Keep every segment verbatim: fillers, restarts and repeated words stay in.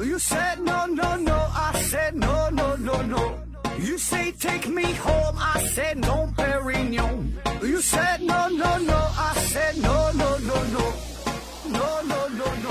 You said no, no, no, I said no, no, no, no. You say take me home, I said no, Perignon. You said no, no, no, I said no, no, no, no. No, no, no, no.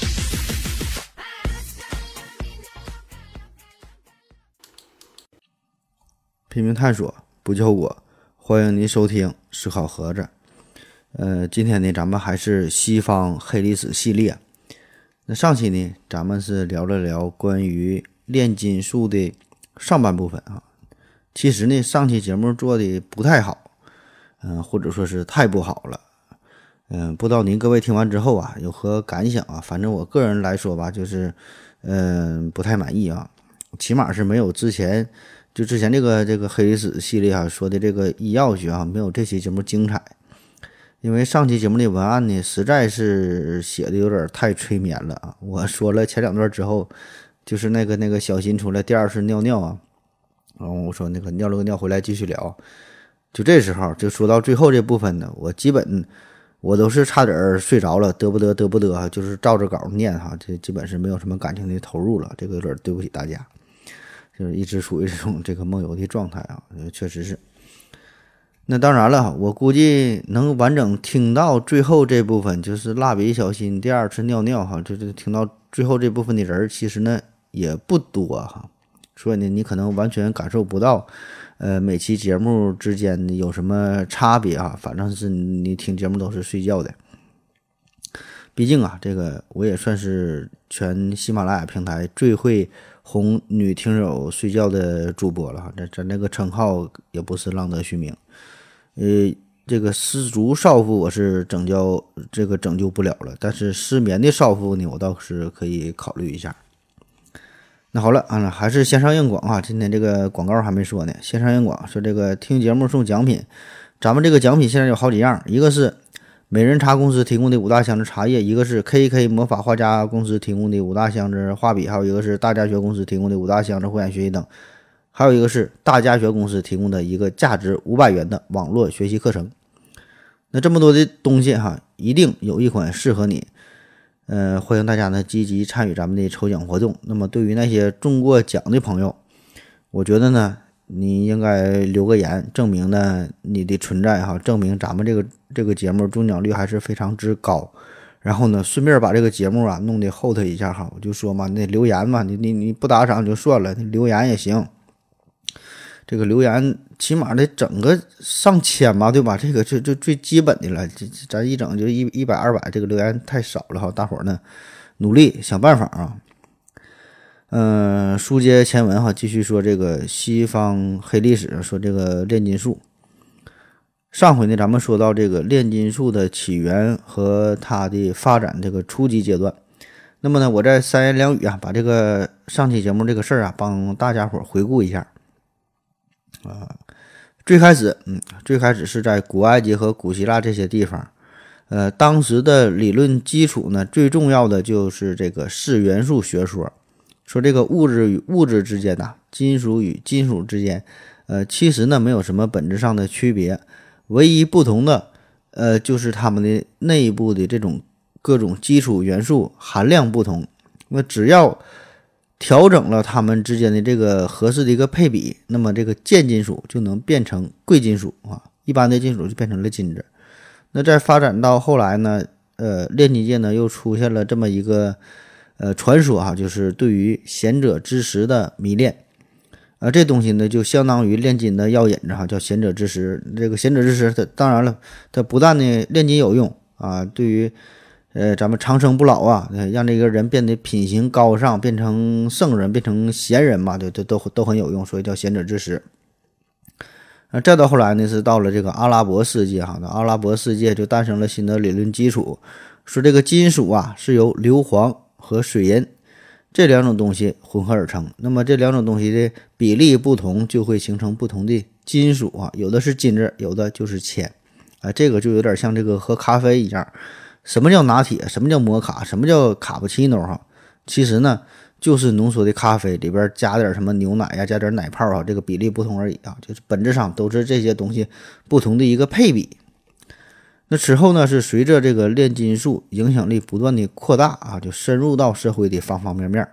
拼命探索，不计后果。欢迎您收听思考盒子。呃，今天呢，咱们还是西方黑历史系列。那上期呢，咱们是聊了聊关于炼金术的上半部分啊。其实呢，上期节目做的不太好，嗯、呃，或者说是太不好了。嗯、呃，不知道您各位听完之后啊，有何感想啊？反正我个人来说吧，就是嗯、呃，不太满意啊，起码是没有之前。就之前这个这个黑历史系列啊说的这个医药学啊，没有这期节目精彩。因为上期节目的文案呢，实在是写的有点太催眠了啊！我说了前两段之后，就是那个那个小新出来第二次尿尿啊，然后我说那个尿了个尿回来继续聊，就这时候就说到最后这部分呢，我基本我都是差点睡着了，得不得得不得哈，就是照着稿念哈，这基本是没有什么感情的投入了，这个有点对不起大家。就是一直处于这种这个梦游的状态啊，确实是。那当然了，我估计能完整听到最后这部分，就是蜡笔小新第二次尿尿哈，就是听到最后这部分的人，其实呢也不多哈，所以呢，你可能完全感受不到，呃，每期节目之间有什么差别啊，反正是你听节目都是睡觉的。毕竟啊，这个我也算是全喜马拉雅平台最会哄女听友睡觉的主播了哈，这咱这个称号也不是浪得虚名。呃，这个失足少妇我是拯救这个拯救不了了，但是失眠的少妇呢，我倒是可以考虑一下。那好了啊，还是先上硬广啊，今天这个广告还没说呢，先上硬广说这个听节目送奖品，咱们这个奖品现在有好几样，一个是美人茶公司提供的五大箱子茶叶，一个是 K K 魔法画家公司提供的五大箱子画笔，还有一个是大家学公司提供的五大箱子慧眼学习等，还有一个是大家学公司提供的一个价值五百元的网络学习课程。那这么多的东西哈，一定有一款适合你。呃，欢迎大家呢积极参与咱们的抽奖活动。那么对于那些中过奖的朋友，我觉得呢，你应该留个言，证明呢你的存在哈，证明咱们这个这个节目中奖率还是非常之高。然后呢，顺便把这个节目啊弄得厚它一下哈，我就说嘛，那留言嘛，你你你不打赏就算了，你留言也行。这个留言起码得整个上千嘛，对吧？这个就就最基本的了，这咱一整就一一百二百，这个留言太少了哈，大伙儿呢努力想办法啊。嗯、呃，书接前文哈，继续说这个西方黑历史，说这个炼金术。上回呢，咱们说到这个炼金术的起源和它的发展这个初级阶段。那么呢，我在三言两语啊，把这个上期节目这个事儿啊，帮大家伙回顾一下。啊，最开始，嗯，最开始是在古埃及和古希腊这些地方。呃，当时的理论基础呢，最重要的就是这个四元素学说。说这个物质与物质之间呐、啊，金属与金属之间，呃，其实呢没有什么本质上的区别，唯一不同的，呃，就是它们的内部的这种各种基础元素含量不同。那只要调整了它们之间的这个合适的一个配比，那么这个贱金属就能变成贵金属啊，一般的金属就变成了金子。那再发展到后来呢，呃，炼金界呢又出现了这么一个。呃，传说哈，就是对于贤者之石的迷恋，啊、呃，这东西呢就相当于炼金的药引子哈，叫贤者之石。这个贤者之石，它当然了，它不但呢炼金有用啊，对于呃咱们长生不老啊，让这个人变得品行高尚，变成圣人，变成贤人嘛，对，都都都很有用，所以叫贤者之石。啊，再到后来呢，是到了这个阿拉伯世界哈，那阿拉伯世界就诞生了新的理论基础，说这个金属啊是由硫磺和水银这两种东西混合而成，那么这两种东西的比例不同，就会形成不同的金属啊，有的是金子，有的就是铅啊，这个就有点像这个喝咖啡一样，什么叫拿铁，什么叫摩卡，什么叫卡布奇诺哈，其实呢就是浓缩的咖啡里边加点什么牛奶呀，加点奶泡啊，这个比例不同而已啊，就是本质上都是这些东西不同的一个配比。那此后呢，是随着这个炼金术影响力不断的扩大啊，就深入到社会的方方面面。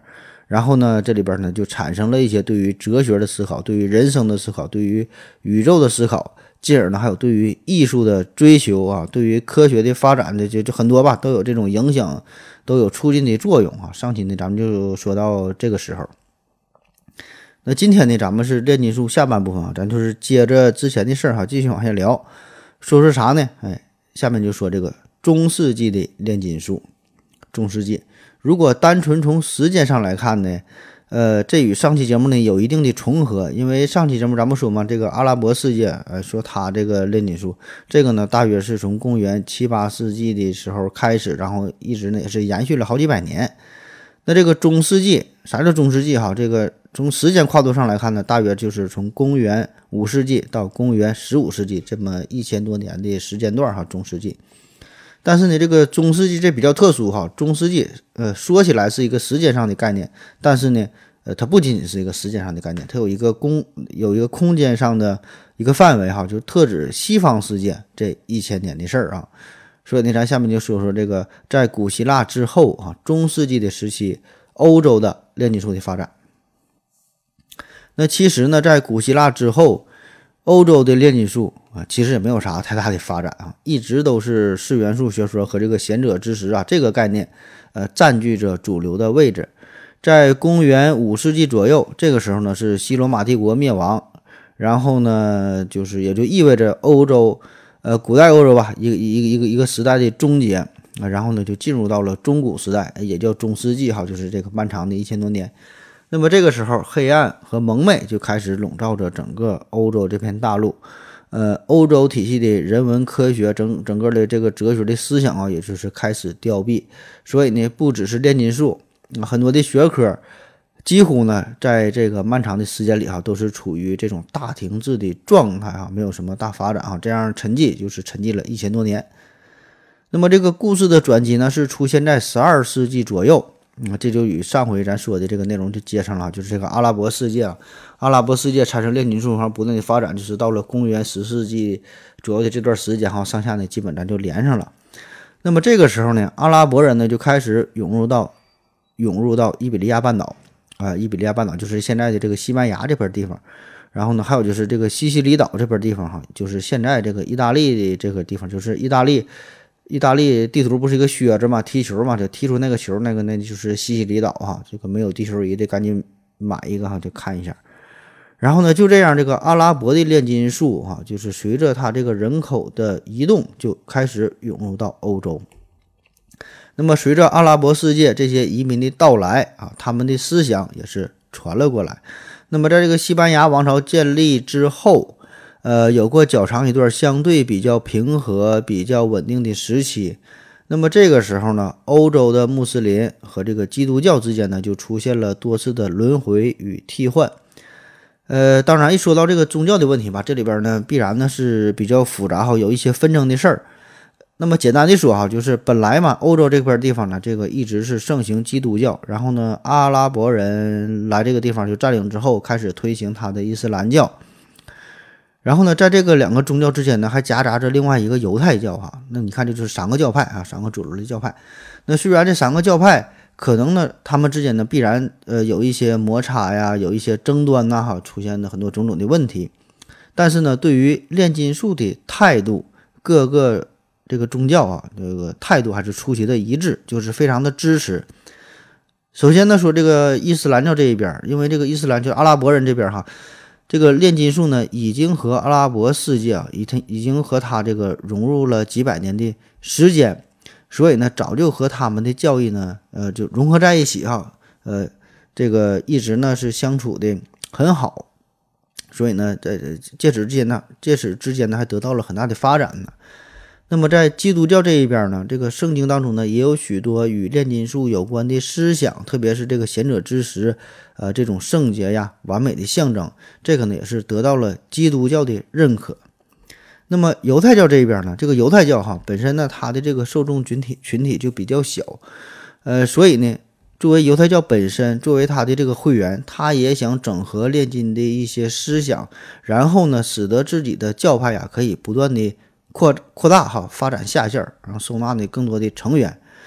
然后呢，这里边呢就产生了一些对于哲学的思考，对于人生的思考，对于宇宙的思考，进而呢还有对于艺术的追求啊，对于科学的发展的就就很多吧，都有这种影响，都有促进的作用啊。上期呢咱们就说到这个时候，那今天呢咱们是炼金术下半部分啊，咱就是接着之前的事儿哈，继续往下聊，说说啥呢？哎，下面就说这个中世纪的炼金术。中世纪如果单纯从时间上来看呢，呃，这与上期节目呢有一定的重合，因为上期节目咱们说嘛，这个阿拉伯世界，呃，说它这个炼金术，这个呢大约是从公元七八世纪的时候开始，然后一直呢也是延续了好几百年。那这个中世纪，啥叫中世纪哈？这个从时间跨度上来看呢，大约就是从公元五世纪到公元十五世纪这么一千多年的时间段哈，中世纪。但是呢，这个中世纪这比较特殊哈，中世纪呃说起来是一个时间上的概念，但是呢，呃它不仅仅是一个时间上的概念，它有一个空有一个空间上的一个范围哈，就特指西方世界这一千年的事儿啊。所以呢，咱下面就说说这个在古希腊之后啊，中世纪的时期，欧洲的炼金术的发展。那其实呢，在古希腊之后，欧洲的炼金术啊，其实也没有啥太大的发展啊，一直都是四元素学说和这个贤者之石啊这个概念，呃，占据着主流的位置。在公元五世纪左右，这个时候呢是西罗马帝国灭亡，然后呢，就是也就意味着欧洲，呃，古代欧洲吧，一个一个一个一个时代的终结啊，然后呢就进入到了中古时代，也叫中世纪哈，就是这个漫长的一千多年。那么这个时候，黑暗和蒙昧就开始笼罩着整个欧洲这片大陆，呃，欧洲体系的人文科学整整个的这个哲学的思想啊，也就是开始凋敝。所以呢，不只是炼金术，很多的学科几乎呢，在这个漫长的时间里哈，都是处于这种大停滞的状态啊，没有什么大发展啊，这样沉寂就是沉寂了一千多年。那么这个故事的转机呢，是出现在十二世纪左右。嗯，这就与上回咱说的这个内容就接上了，就是这个阿拉伯世界啊，阿拉伯世界产生炼金术哈，不断的发展，就是到了公元十世纪左右的这段时间哈，上下呢基本咱就连上了。那么这个时候呢，阿拉伯人呢就开始涌入到涌入到伊比利亚半岛啊，伊比利亚半岛就是现在的这个西班牙这边地方，然后呢还有就是这个西西里岛这边地方哈，就是现在这个意大利的这个地方，就是意大利。意大利地图不是一个靴子嘛，踢球嘛，就踢出那个球，那个那就是西西里岛哈。这个没有地球仪的赶紧买一个哈，就看一下。然后呢，就这样，这个阿拉伯的炼金术哈，就是随着它这个人口的移动，就开始涌入到欧洲。那么随着阿拉伯世界这些移民的到来啊，他们的思想也是传了过来。那么在这个西班牙王朝建立之后，呃，有过较长一段相对比较平和、比较稳定的时期。那么这个时候呢，欧洲的穆斯林和这个基督教之间呢，就出现了多次的轮回与替换。呃，当然一说到这个宗教的问题吧，这里边呢必然呢是比较复杂哈，有一些纷争的事儿。那么简单的说哈，就是本来嘛，欧洲这块地方呢，这个一直是盛行基督教，然后呢，阿拉伯人来这个地方就占领之后，开始推行他的伊斯兰教。然后呢，在这个两个宗教之间呢，还夹杂着另外一个犹太教哈。那你看，这就是三个教派啊，三个主流的教派。那虽然这三个教派可能呢，他们之间呢必然呃有一些摩擦呀，有一些争端呐哈，出现的很多种种的问题。但是呢，对于炼金术的态度，各个这个宗教啊，这个态度还是出奇的一致，就是非常的支持。首先呢，说这个伊斯兰教这一边，因为这个伊斯兰教阿拉伯人这边哈。这个炼金术呢，已经和阿拉伯世界啊，已经已经和他这个融入了几百年的时间，所以呢，早就和他们的教义呢，呃，就融合在一起哈，呃，这个一直呢是相处的很好，所以呢，在借此之间呢，借此之间呢，还得到了很大的发展呢。那么在基督教这一边呢，这个圣经当中呢，也有许多与炼金术有关的思想，特别是这个贤者之石，呃，这种圣洁呀、完美的象征，这个呢也是得到了基督教的认可。那么犹太教这一边呢，这个犹太教哈本身呢，它的这个受众群体群体就比较小，呃，所以呢，作为犹太教本身，作为他的这个会员，他也想整合炼金的一些思想，然后呢，使得自己的教派呀可以不断的扩扩大哈，发展下线，然后收纳呢更多的成员。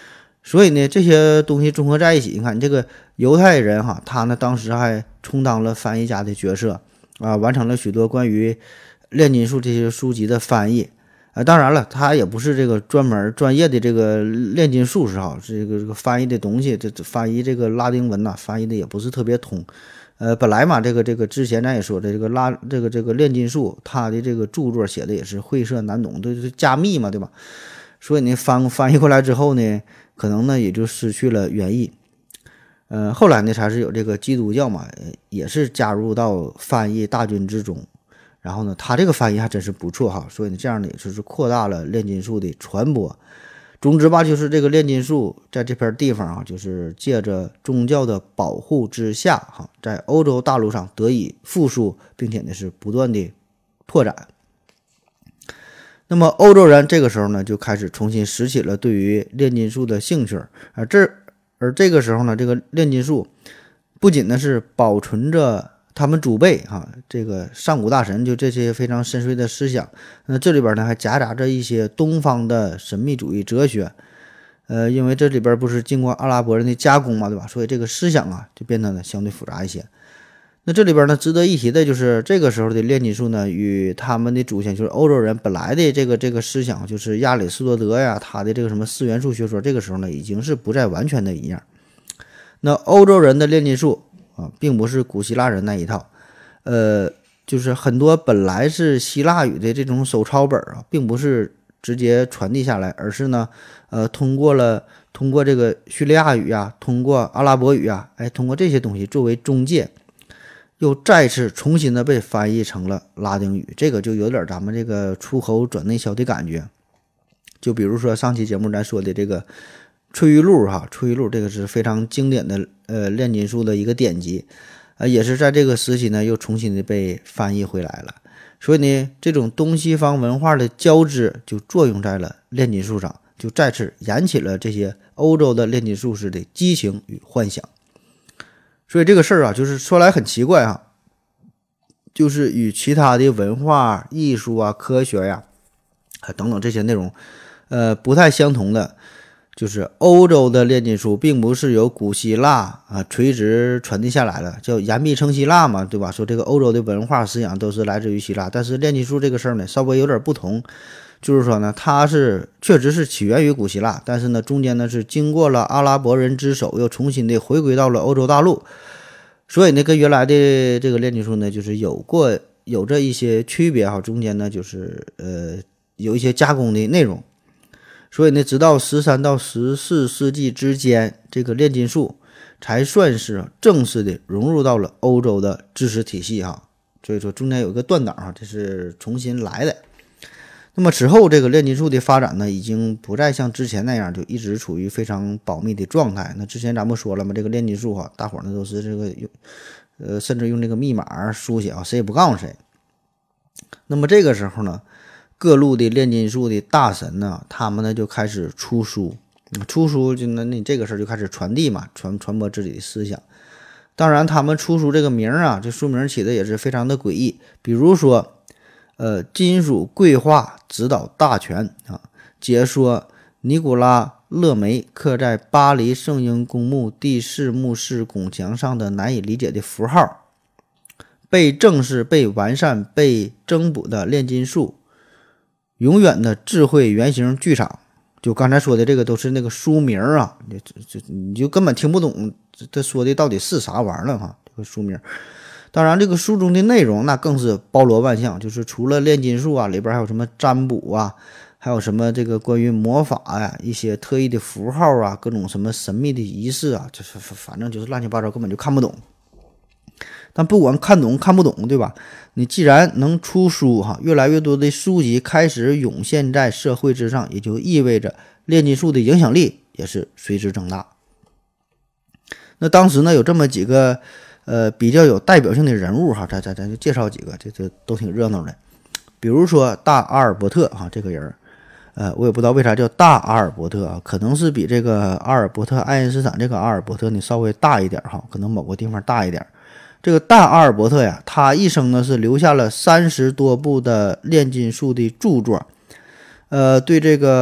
所以呢，这些东西综合在一起，你看这个犹太人哈，他呢当时还充当了翻译家的角色啊，完成了许多关于炼金术这些书籍的翻译。啊，当然了，他也不是这个专门专业的这个炼金术士哈，这个这个翻译的东西，这翻译这个拉丁文呐、啊，翻译的也不是特别通。呃，本来嘛，这个这个之前咱也说的这个拉这个这个炼金术，他的这个著作写的也是晦涩难懂，都是加密嘛，对吧？所以呢，翻翻译过来之后呢，可能呢也就失去了原意。呃，后来呢才是有这个基督教嘛，也是加入到翻译大军之中。然后呢，他这个翻译还真是不错哈，所以呢，这样呢也就是扩大了炼金术的传播。总之吧，就是这个炼金术在这片地方啊，就是借着宗教的保护之下哈，在欧洲大陆上得以复苏，并且呢是不断的拓展。那么欧洲人这个时候呢，就开始重新拾起了对于炼金术的兴趣而这而这个时候呢，这个炼金术不仅呢是保存着他们祖辈哈、啊，这个上古大神就这些非常深邃的思想，那这里边呢还夹杂着一些东方的神秘主义哲学，呃，因为这里边不是经过阿拉伯人的加工嘛，对吧？所以这个思想啊就变得呢相对复杂一些。那这里边呢值得一提的就是这个时候的炼金术呢，与他们的祖先就是欧洲人本来的这个这个思想，就是亚里士多德呀，他的这个什么四元素学说，这个时候呢已经是不再完全的一样。那欧洲人的炼金术啊，并不是古希腊人那一套，呃，就是很多本来是希腊语的这种手抄本啊，并不是直接传递下来，而是呢，呃，通过了通过这个叙利亚语啊，通过阿拉伯语啊，哎，通过这些东西作为中介，又再次重新的被翻译成了拉丁语，这个就有点咱们这个出口转内销的感觉。就比如说上期节目咱说的这个翠玉录哈，翠玉录这个是非常经典的呃炼金术的一个典籍，呃也是在这个时期呢又重新的被翻译回来了。所以呢，这种东西方文化的交织就作用在了炼金术上，就再次燃起了这些欧洲的炼金术士的激情与幻想。所以这个事儿啊，就是说来很奇怪啊，就是与其他的文化、艺术啊、科学呀、啊、等等这些内容，呃，不太相同的。就是欧洲的炼金术并不是由古希腊啊垂直传递下来的，叫言必称希腊嘛，对吧？说这个欧洲的文化思想都是来自于希腊，但是炼金术这个事儿呢，稍微有点不同，就是说呢，它是确实是起源于古希腊，但是呢，中间呢是经过了阿拉伯人之手，又重新的回归到了欧洲大陆，所以呢，跟原来的这个炼金术呢，就是有过有着一些区别哈，中间呢就是呃有一些加工的内容。所以呢，直到十三到十四世纪之间，这个炼金术才算是正式的融入到了欧洲的知识体系哈。所以说中间有一个断档哈，这是重新来的。那么此后这个炼金术的发展呢，已经不再像之前那样就一直处于非常保密的状态。那之前咱们说了嘛，这个炼金术哈，大伙儿呢都是这个用呃甚至用这个密码书写啊，谁也不告诉谁。那么这个时候呢，各路的炼金术的大神呢，他们呢就开始出书，出书就那你这个事儿就开始传递嘛，传传播自己的思想。当然，他们出书这个名啊，这书名起的也是非常的诡异，比如说，呃，金属绘画指导大全啊，解说尼古拉勒梅刻在巴黎圣婴公墓第四墓室拱墙上的难以理解的符号，被正式、被完善、被增补的炼金术。永远的智慧原型剧场，就刚才说的这个都是那个书名啊，你这你就根本听不懂这说的到底是啥玩意儿了哈，这个书名。当然，这个书中的内容那更是包罗万象，就是除了炼金术啊，里边还有什么占卜啊，还有什么这个关于魔法呀、啊，一些特异的符号啊，各种什么神秘的仪式啊，就是反正就是乱七八糟，根本就看不懂。但不管看懂看不懂，对吧？你既然能出书哈，越来越多的书籍开始涌现在社会之上，也就意味着炼金术的影响力也是随之增大。那当时呢，有这么几个呃比较有代表性的人物哈，咱咱咱就介绍几个，这这都挺热闹的。比如说大阿尔伯特哈，这个人，呃，我也不知道为啥叫大阿尔伯特啊，可能是比这个阿尔伯特爱因斯坦这个阿尔伯特呢稍微大一点哈，可能某个地方大一点。这个大阿尔伯特呀，他一生呢是留下了三十多部的炼金术的著作，呃，对这个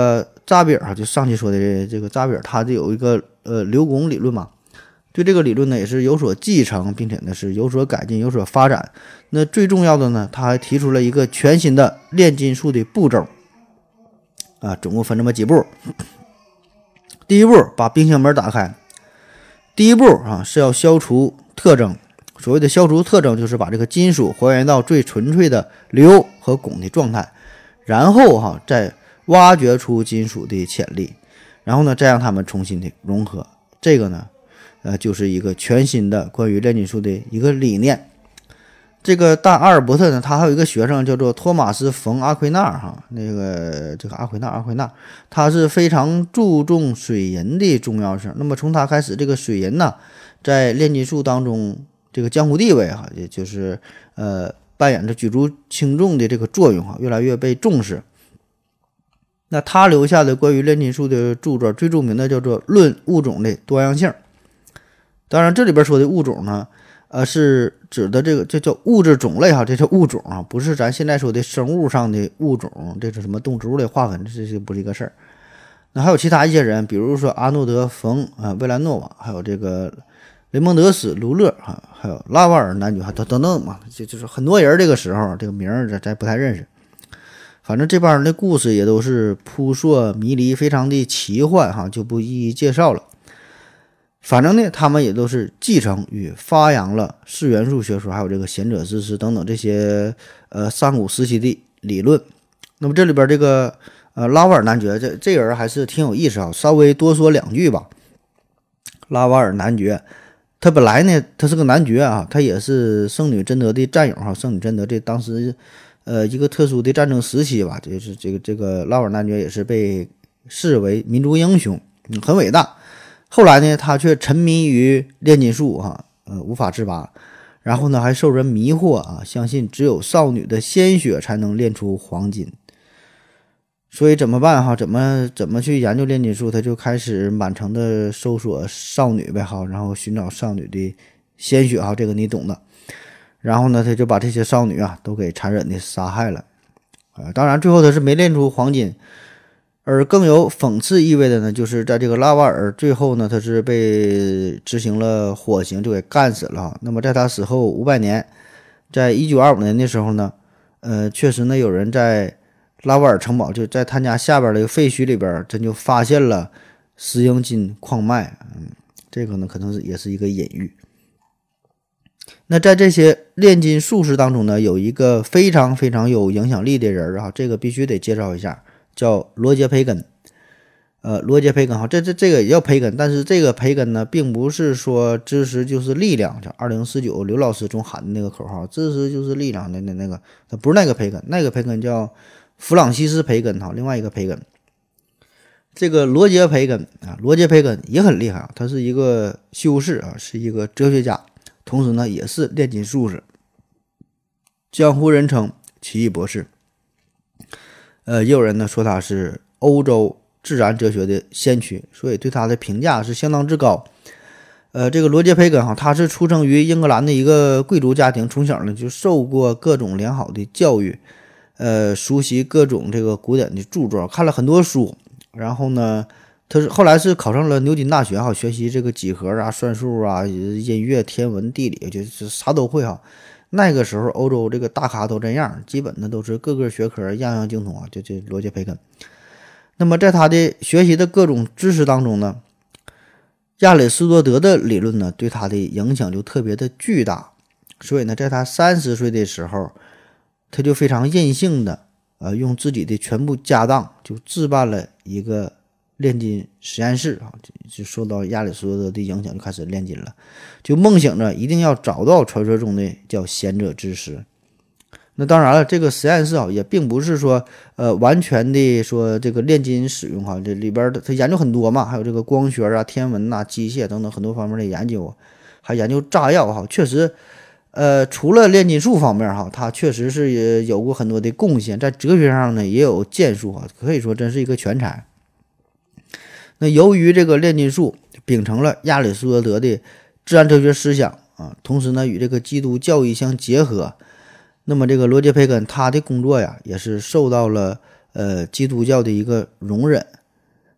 扎比尔啊，就上期说的这个扎比尔，他就有一个呃流汞理论嘛，对这个理论呢也是有所继承，并且呢是有所改进、有所发展。那最重要的呢，他还提出了一个全新的炼金术的步骤啊，总共分这么几步。第一步，把冰箱门打开。第一步啊是要消除特征，所谓的消除特征就是把这个金属还原到最纯粹的硫和汞的状态，然后哈、啊、再挖掘出金属的潜力，然后呢再让它们重新的融合。这个呢呃就是一个全新的关于炼金术的一个理念。这个大阿尔伯特呢，他还有一个学生叫做托马斯·冯·阿奎纳哈，那个这个阿奎纳阿奎纳，他是非常注重水银的重要性。那么从他开始，这个水银呢，在炼金术当中这个江湖地位哈，也就是呃扮演着举足轻重的这个作用哈，越来越被重视。那他留下的关于炼金术的著作，最著名的叫做《论物种的多样性》。当然，这里边说的物种呢。呃，是指的这个，这叫物质种类哈，这叫物种啊，不是咱现在说的生物上的物种，这是什么动植物的划分，这这不是一个事儿。那还有其他一些人，比如说阿诺德·冯啊、维兰诺瓦，还有这个雷蒙德斯·卢勒啊，还有拉瓦尔男爵，等等等嘛，就就是很多人这个时候这个名儿咱咱不太认识。反正这帮人的故事也都是扑朔迷离，非常的奇幻哈，就不一一介绍了。反正呢，他们也都是继承与发扬了四元素学说，还有这个贤者之石等等这些呃上古时期的理论。那么这里边这个呃拉瓦尔男爵，这这人还是挺有意思啊，稍微多说两句吧。拉瓦尔男爵，他本来呢他是个男爵啊，他也是圣女贞德的战友哈。圣女贞德这当时呃一个特殊的战争时期吧，就是这个这个拉瓦尔男爵也是被视为民族英雄，嗯，很伟大。后来呢，他却沉迷于炼金术哈，呃，无法自拔。然后呢，还受人迷惑啊，相信只有少女的鲜血才能炼出黄金。所以怎么办哈？怎么怎么去研究炼金术？他就开始满城的搜索少女呗哈，然后寻找少女的鲜血哈，这个你懂的。然后呢，他就把这些少女啊都给残忍的杀害了。啊，当然最后他是没炼出黄金。而更有讽刺意味的呢，就是在这个拉瓦尔最后呢，他是被执行了火刑，就给干死了。那么在他死后五百年，在一九二五年的时候呢，呃，确实呢有人在拉瓦尔城堡，就在他家下边的一个废墟里边，真就发现了石英金矿脉。嗯，这个呢可能是也是一个隐喻。那在这些炼金术士当中呢，有一个非常非常有影响力的人啊，这个必须得介绍一下。叫罗杰·培根，呃，罗杰·培根哈，这这这个也叫培根，但是这个培根呢，并不是说知识就是力量，叫二零四九刘老师总喊的那个口号，知识就是力量的那那个，他不是那个培根，那个培根叫弗朗西斯·培根哈，另外一个培根，这个罗杰·培根啊，罗杰·培根也很厉害啊，他是一个修士啊，是一个哲学家，同时呢也是炼金术士，江湖人称奇异博士。呃，也有人呢说他是欧洲自然哲学的先驱，所以对他的评价是相当之高。呃，这个罗杰·培根哈，他是出生于英格兰的一个贵族家庭，从小呢就受过各种良好的教育，呃，熟悉各种这个古典的著作，看了很多书。然后呢，他是后来是考上了牛津大学哈，学习这个几何啊、算术啊、音乐、天文、地理，就是啥都会哈。那个时候欧洲这个大咖都这样，基本的都是各个学科样样精通啊，就这罗杰·培根。那么在他的学习的各种知识当中呢，亚里士多德的理论呢对他的影响就特别的巨大，所以呢在他三十岁的时候，他就非常任性的呃用自己的全部家当就置办了一个炼金实验室啊，就受到亚里士多德的影响，就开始炼金了，就梦想着一定要找到传说中的叫贤者之石。那当然了，这个实验室啊，也并不是说呃完全的说这个炼金使用哈，这里边的他研究很多嘛，还有这个光学啊、天文呐、啊、机械等等很多方面的研究，还研究炸药哈，确实。呃，除了炼金术方面哈，他确实是也有过很多的贡献，在哲学上呢也有建树哈，可以说真是一个全才。那由于这个炼金术秉承了亚里士多德的自然哲学思想啊，同时呢与这个基督教义相结合，那么这个罗杰·培根他的工作呀也是受到了呃基督教的一个容忍。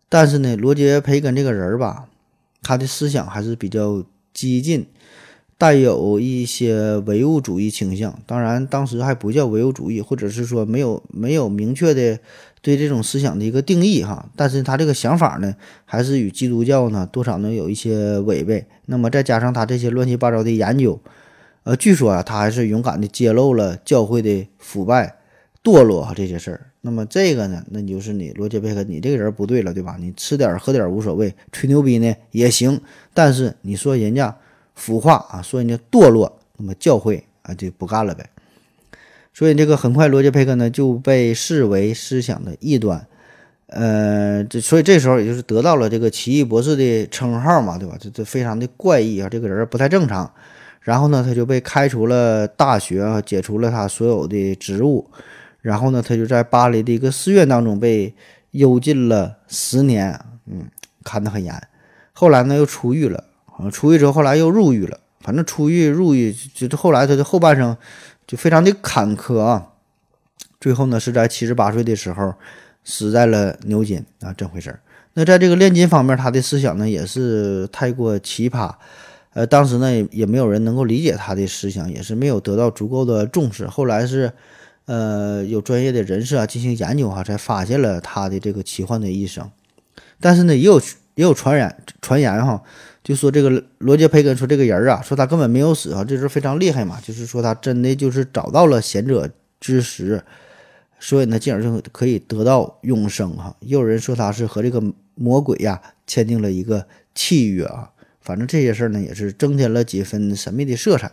但是呢，罗杰·培根这个人吧，他的思想还是比较激进，带有一些唯物主义倾向。当然，当时还不叫唯物主义，或者是说没有没有明确的对这种思想的一个定义哈。但是他这个想法呢，还是与基督教呢多少呢有一些违背。那么再加上他这些乱七八糟的研究，呃，据说啊，他还是勇敢的揭露了教会的腐败、堕落啊这些事儿。那么这个呢，那就是你罗杰·培根，你这个人不对了，对吧？你吃点喝点无所谓，吹牛逼呢也行，但是你说人家腐化啊，说人家堕落，那么教会啊就不干了呗。所以这个很快罗杰·培根呢就被视为思想的异端，呃，这所以这时候也就是得到了这个奇异博士的称号嘛，对吧？这这非常的怪异啊，这个人不太正常。然后呢，他就被开除了大学啊，解除了他所有的职务。然后呢，他就在巴黎的一个寺院当中被幽禁了十年，嗯，看得很严。后来呢，又出狱了，啊，出狱之后后来又入狱了。反正出狱入狱，就后来他的后半生就非常的坎坷啊。最后呢，是在七十八岁的时候死在了牛津啊，这回事儿。那在这个炼金方面，他的思想呢也是太过奇葩。呃，当时呢也也没有人能够理解他的思想，也是没有得到足够的重视。后来是，呃，有专业的人士啊进行研究哈、啊，才发现了他的这个奇幻的一生。但是呢，也有也有传言传言哈、啊，就说这个罗杰·培根说这个人啊，说他根本没有死啊，这是非常厉害嘛，就是说他真的就是找到了贤者之石，所以呢，进而就可以得到永生哈、啊。也有人说他是和这个魔鬼呀、啊、签订了一个契约啊。反正这些事儿呢，也是增添了几分神秘的色彩。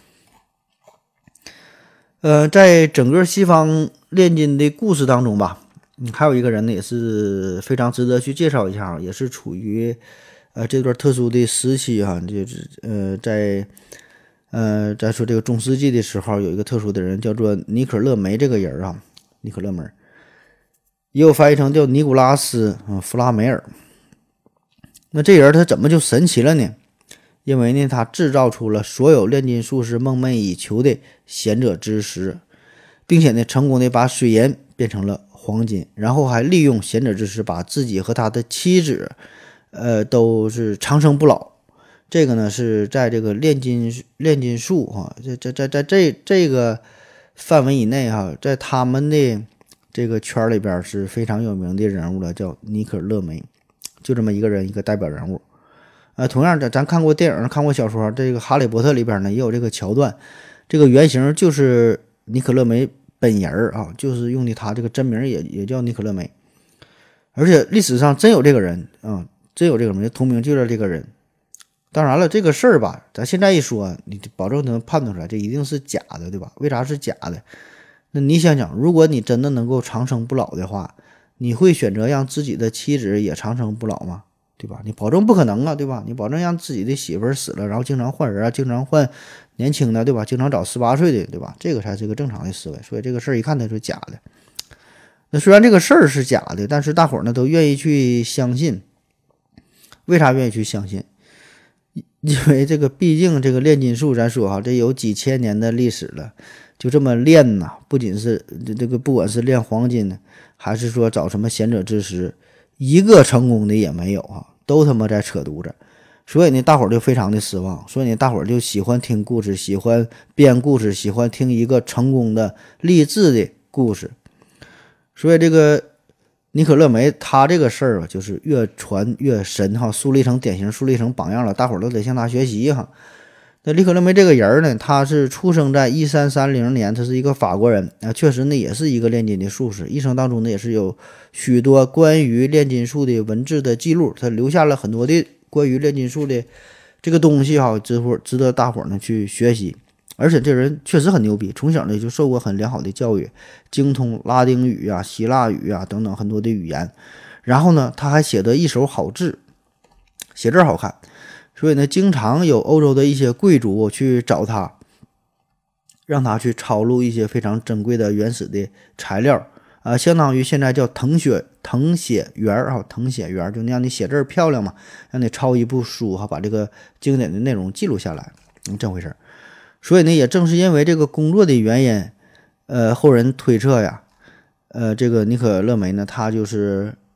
呃，在整个西方炼金的故事当中吧，嗯，还有一个人呢，也是非常值得去介绍一下，也是处于呃这段特殊的时期哈、啊，就是呃在呃在说这个中世纪的时候，有一个特殊的人叫做尼可勒梅这个人啊，尼可勒梅，也有翻译成叫尼古拉斯啊、呃、弗拉梅尔。那这人他怎么就神奇了呢？因为呢，他制造出了所有炼金术士梦寐以求的贤者之石，并且呢，成功的把水银变成了黄金，然后还利用贤者之石把自己和他的妻子，呃，都是长生不老。这个呢，是在这个炼金炼金术哈，在在在在这这个范围以内哈，在他们的这个圈里边是非常有名的人物了，叫尼可勒梅。就这么一个人，一个代表人物，呃，同样的，咱看过电影，看过小说，这个《哈利波特》里边呢也有这个桥段，这个原型就是尼可勒梅本人啊，就是用的他这个真名也也叫尼可勒梅，而且历史上真有这个人啊，真有这个人，同名就叫这个人。当然了，这个事儿吧，咱现在一说，你保证能判断出来，这一定是假的，对吧？为啥是假的？那你想想，如果你真的能够长生不老的话，你会选择让自己的妻子也长生不老吗？对吧？你保证不可能啊，对吧？你保证让自己的媳妇儿死了，然后经常换人啊，经常换年轻的，对吧？经常找十八岁的，对吧？这个才是一个正常的思维。所以这个事儿一看它是假的。那虽然这个事儿是假的，但是大伙儿呢都愿意去相信。为啥愿意去相信？因为这个毕竟这个炼金术，咱说哈，这有几千年的历史了，就这么炼呐，不仅是这个，不管是炼黄金呢，还是说找什么贤者之石，一个成功的也没有啊，都他妈在扯犊子。所以呢，大伙儿就非常的失望。所以呢，大伙儿就喜欢听故事，喜欢编故事，喜欢听一个成功的励志的故事。所以这个尼可勒梅他这个事儿啊，就是越传越神哈，树立成典型，树立成榜样了，大伙儿都得向他学习哈。那尼可勒梅这个人呢，他是出生在一三三零年，他是一个法国人啊，确实呢也是一个炼金的术士，一生当中呢也是有许多关于炼金术的文字的记录，他留下了很多的关于炼金术的这个东西哈，值乎值得大伙儿呢去学习。而且这人确实很牛逼，从小呢就受过很良好的教育，精通拉丁语啊、希腊语啊等等很多的语言。然后呢，他还写得一手好字，写字好看，所以呢，经常有欧洲的一些贵族去找他，让他去抄录一些非常珍贵的原始的材料啊、呃，相当于现在叫誊写誊写员啊，誊写员就让你写字漂亮嘛，让你抄一部书哈，把这个经典的内容记录下来，嗯，这回事儿。所以呢，也正是因为这个工作的原因，呃，后人推测呀，呃，这个尼可勒梅呢，他就是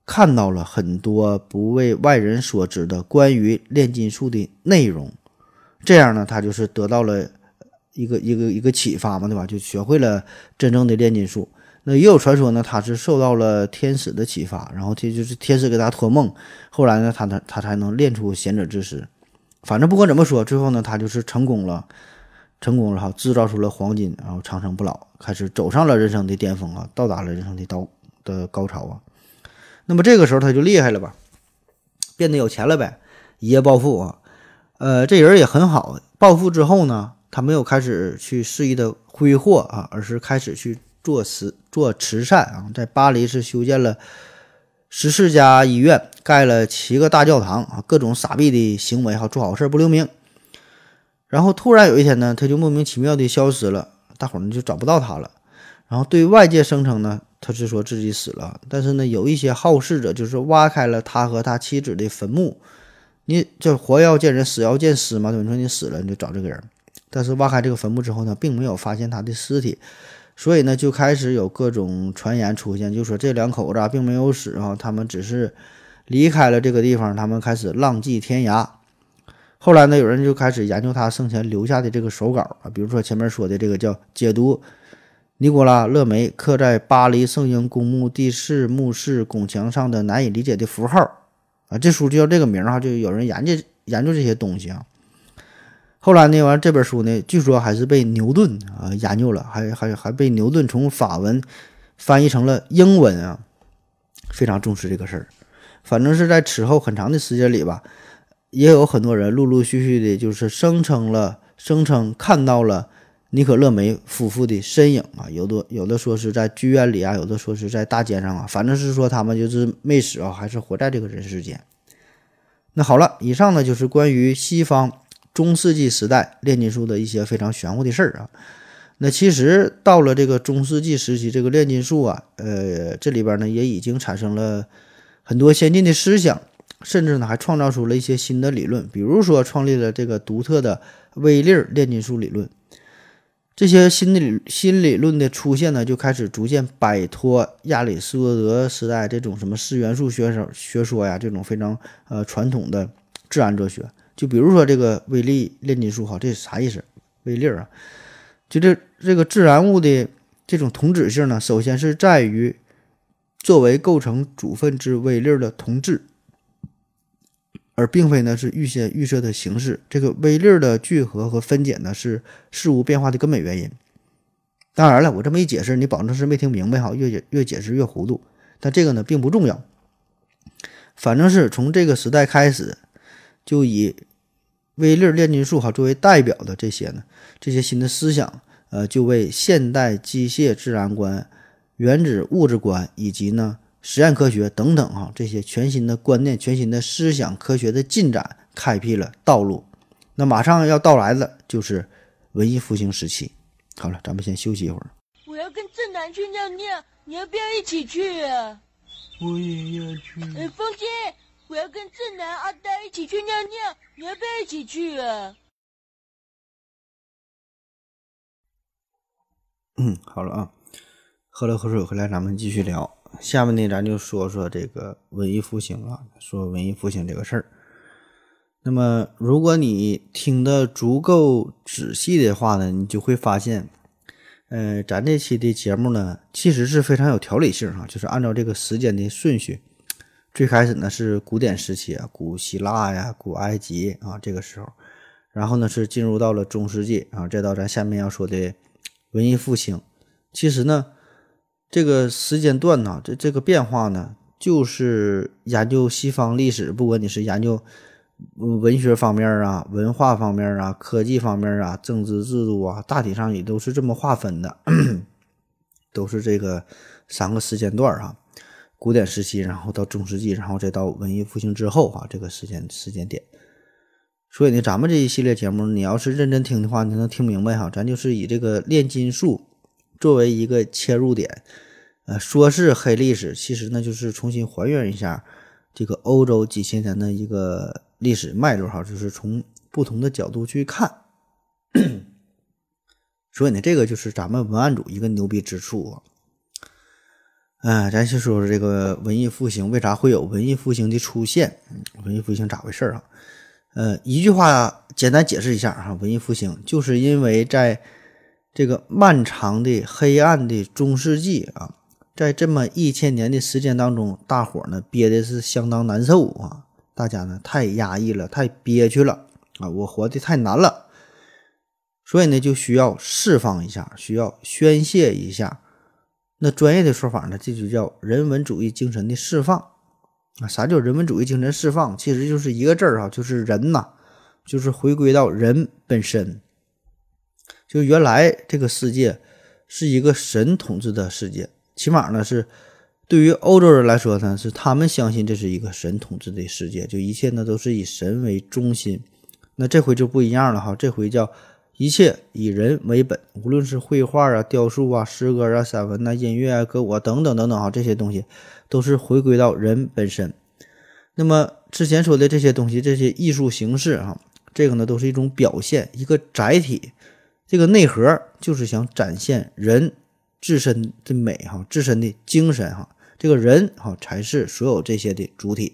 看到了很多不为外人所知的关于炼金术的内容，这样呢，他就是得到了一个一个一个启发嘛，对吧？就学会了真正的炼金术。那也有传说呢，他是受到了天使的启发，然后他就是天使给他托梦，后来呢，他他他才能练出贤者之石。反正不管怎么说，最后呢，他就是成功了，成功了哈，制造出了黄金，然后长生不老，开始走上了人生的巅峰啊，到达了人生的高的高潮啊。那么这个时候他就厉害了吧，变得有钱了呗，一夜暴富啊。呃，这人也很好，暴富之后呢，他没有开始去肆意的挥霍啊，而是开始去做慈做慈善啊，在巴黎是修建了十四家医院，盖了七个大教堂啊，各种傻逼的行为哈，做好事不留名。然后突然有一天呢，他就莫名其妙的消失了，大伙儿呢就找不到他了。然后对外界声称呢，他是说自己死了，但是呢，有一些好事者就是挖开了他和他妻子的坟墓。你这活要见人，死要见尸嘛，对吧？你说你死了，你就找这个人。但是挖开这个坟墓之后呢，并没有发现他的尸体。所以呢，就开始有各种传言出现，就说这两口子啊并没有死啊，他们只是离开了这个地方，他们开始浪迹天涯。后来呢，有人就开始研究他生前留下的这个手稿啊，比如说前面说的这个叫解读尼古拉·勒梅刻在巴黎圣婴公墓第四墓室拱墙上的难以理解的符号啊，这书就叫这个名啊，就有人研究研究这些东西啊。后来呢，完这本书呢，据说还是被牛顿啊研究了，还还还被牛顿从法文翻译成了英文啊，非常重视这个事儿。反正是在此后很长的时间里吧，也有很多人陆陆续续的，就是声称了，声称看到了尼可勒梅夫妇的身影啊，有的有的说是在剧院里啊，有的说是在大街上啊，反正是说他们就是没死啊，还是活在这个人世间。那好了，以上呢就是关于西方中世纪时代炼金术的一些非常玄乎的事儿啊。那其实到了这个中世纪时期，这个炼金术啊，呃，这里边呢也已经产生了很多先进的思想，甚至呢还创造出了一些新的理论，比如说创立了这个独特的微粒炼金术理论。这些新的新理论的出现呢，就开始逐渐摆脱亚里士多德时代这种什么四元素学说学说呀，这种非常呃传统的自然哲学。就比如说这个微粒炼金术，哈，这是啥意思？微粒啊，就这这个自然物的这种同质性呢，首先是在于作为构成主分子微粒的同质，而并非呢是预先预设的形式。这个微粒的聚合和分解呢，是事物变化的根本原因。当然了，我这么一解释，你保证是没听明白哈，越解越解释越糊涂。但这个呢并不重要，反正是从这个时代开始，就以微粒炼金术哈作为代表的这些呢，这些新的思想，呃，就为现代机械自然观、原子物质观以及呢实验科学等等哈这些全新的观念、全新的思想科学的进展开辟了道路。那马上要到来的就是文艺复兴时期。好了，咱们先休息一会儿。 我要跟正南去尿尿，你要不要一起去啊？ 我也要去。 呃，风姐，我要跟正南、阿呆一起去尿尿，你要不要一起去啊？ 嗯，好了啊，喝了口水回来，咱们继续聊。下面呢，咱就说说这个文艺复兴啊，说文艺复兴这个事儿。那么，如果你听得足够仔细的话呢，你就会发现，呃，咱这期的节目呢，其实是非常有条理性哈，就是按照这个时间的顺序。最开始呢是古典时期啊，古希腊呀、古埃及啊这个时候，然后呢是进入到了中世纪啊，再到咱下面要说的文艺复兴。其实呢，这个时间段呢，这这个变化呢，就是研究西方历史，不管你是研究文学方面啊、文化方面啊、科技方面啊、政治制度啊，大体上也都是这么划分的，都是这个三个时间段啊。古典时期，然后到中世纪，然后再到文艺复兴之后啊，这个时间时间点。所以呢，咱们这一系列节目，你要是认真听的话，你能听明白哈。咱就是以这个炼金术作为一个切入点，呃，说是黑历史，其实呢就是重新还原一下这个欧洲几千年的一个历史脉络哈，就是从不同的角度去看。所以呢，这个就是咱们文案组一个牛逼之处啊。 嗯、呃，咱先说说这个文艺复兴为啥会有文艺复兴的出现？嗯、文艺复兴咋回事啊？呃，一句话简单解释一下哈，文艺复兴就是因为在这个漫长的黑暗的中世纪啊，在这么一千年的时间当中，大伙呢憋的是相当难受啊，大家呢太压抑了，太憋屈了啊，我活得太难了，所以呢就需要释放一下，需要宣泄一下。那专业的说法呢，这就叫人文主义精神的释放啊。啥叫人文主义精神释放？其实就是一个字儿啊，就是人呐，就是回归到人本身。就原来这个世界是一个神统治的世界，起码呢是对于欧洲人来说呢，是他们相信这是一个神统治的世界，就一切呢都是以神为中心。那这回就不一样了哈，这回叫一切以人为本，无论是绘画啊、雕塑啊、诗歌啊、散文啊、音乐啊、歌舞啊等等等等哈，这些东西都是回归到人本身。那么之前说的这些东西，这些艺术形式哈，这个呢都是一种表现，一个载体。这个内核就是想展现人自身的美哈，自身的精神哈，这个人哈才是所有这些的主体。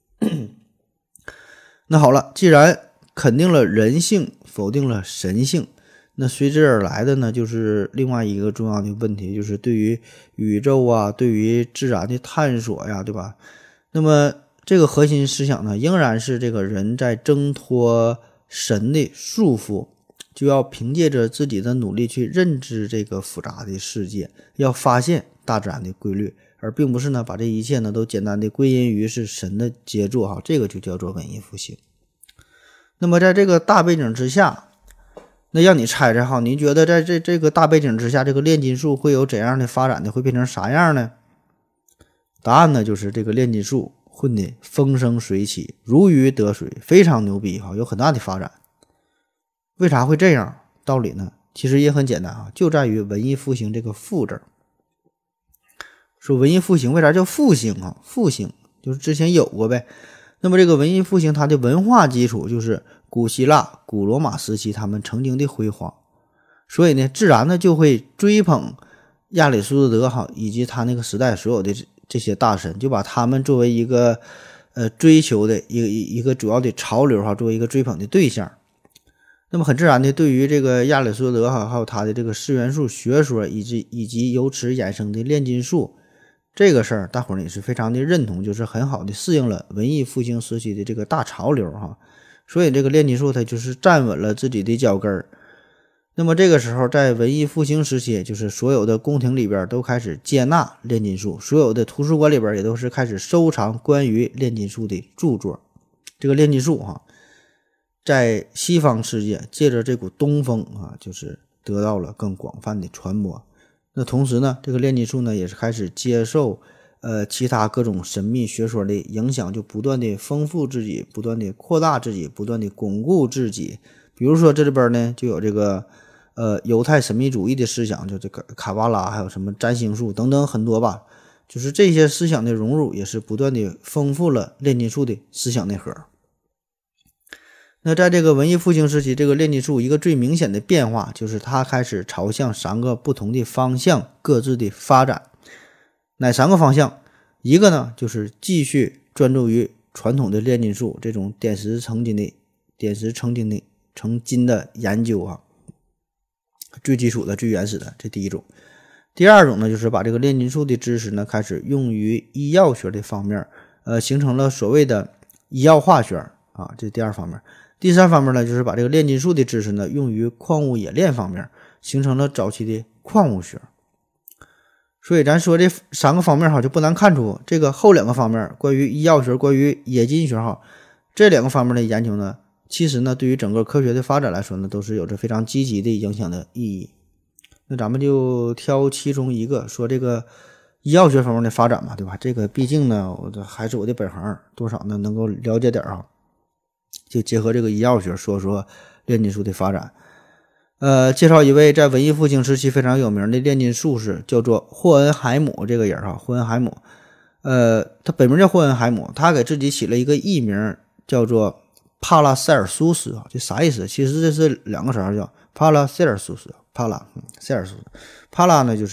那好了，既然肯定了人性，否定了神性，那随之而来的呢，就是另外一个重要的问题，就是对于宇宙啊，对于自然的探索呀，对吧？那么这个核心思想呢，仍然是这个人在挣脱神的束缚，就要凭借着自己的努力去认知这个复杂的世界，要发现大自然的规律，而并不是呢把这一切呢都简单的归因于是神的杰作哈，这个就叫做文艺复兴。那么在这个大背景之下，那让你猜猜哈，你觉得在这这个大背景之下，这个炼金术会有怎样的发展呢？会变成啥样呢？答案呢就是这个炼金术混得风生水起，如鱼得水，非常牛逼哈，有很大的发展。为啥会这样？道理呢其实也很简单啊，就在于文艺复兴这个复字。说文艺复兴为啥叫复兴啊？复兴就是之前有过呗。那么这个文艺复兴它的文化基础就是古希腊、古罗马时期他们曾经的辉煌，所以呢自然呢就会追捧亚里士多德哈以及他那个时代所有的这些大神，就把他们作为一个呃追求的一个一个主要的潮流哈，作为一个追捧的对象。那么很自然的，对于这个亚里士多德哈，还有他的这个四元素学说，以及以及由此衍生的炼金术这个事儿，大伙儿也是非常的认同，就是很好的适应了文艺复兴时期的这个大潮流哈。所以这个炼金术它就是站稳了自己的脚跟儿。那么这个时候，在文艺复兴时期，就是所有的宫廷里边都开始接纳炼金术，所有的图书馆里边也都是开始收藏关于炼金术的著作。这个炼金术哈，在西方世界借着这股东风啊，就是得到了更广泛的传播。那同时呢，这个炼金术呢也是开始接受呃其他各种神秘学说的影响，就不断的丰富自己，不断的扩大自己，不断的巩固自己。比如说这里边呢就有这个呃犹太神秘主义的思想，就这个卡巴拉，还有什么占星术等等很多吧。就是这些思想的融入，也是不断的丰富了炼金术的思想内核。那在这个文艺复兴时期，这个炼金术一个最明显的变化就是它开始朝向三个不同的方向各自的发展。哪三个方向？一个呢就是继续专注于传统的炼金术这种点石成金的点石成金的成金的研究啊，最基础的最原始的，这第一种。第二种呢就是把这个炼金术的知识呢开始用于医药学的方面，呃形成了所谓的医药化学啊，这第二方面。第三方面呢，就是把这个炼金术的知识呢用于矿物冶炼方面，形成了早期的矿物学。所以咱说这三个方面哈，就不难看出这个后两个方面，关于医药学、关于冶金学哈，这两个方面的研究呢，其实呢对于整个科学的发展来说呢，都是有着非常积极的影响的意义。那咱们就挑其中一个说这个医药学方面的发展嘛，对吧？这个毕竟呢，我的还是我的本行，多少呢能够了解点啊。就结合这个医药学说说炼金术的发展。呃，介绍一位在文艺复兴时期非常有名的炼金术士，叫做霍恩海姆这个人哈，霍恩海姆。呃，他本名叫霍恩海姆，他给自己起了一个艺名叫做帕拉塞尔苏斯啊，这啥意思？其实这是两个词，叫帕拉塞尔苏斯，帕拉，嗯，塞尔苏斯。帕拉呢就是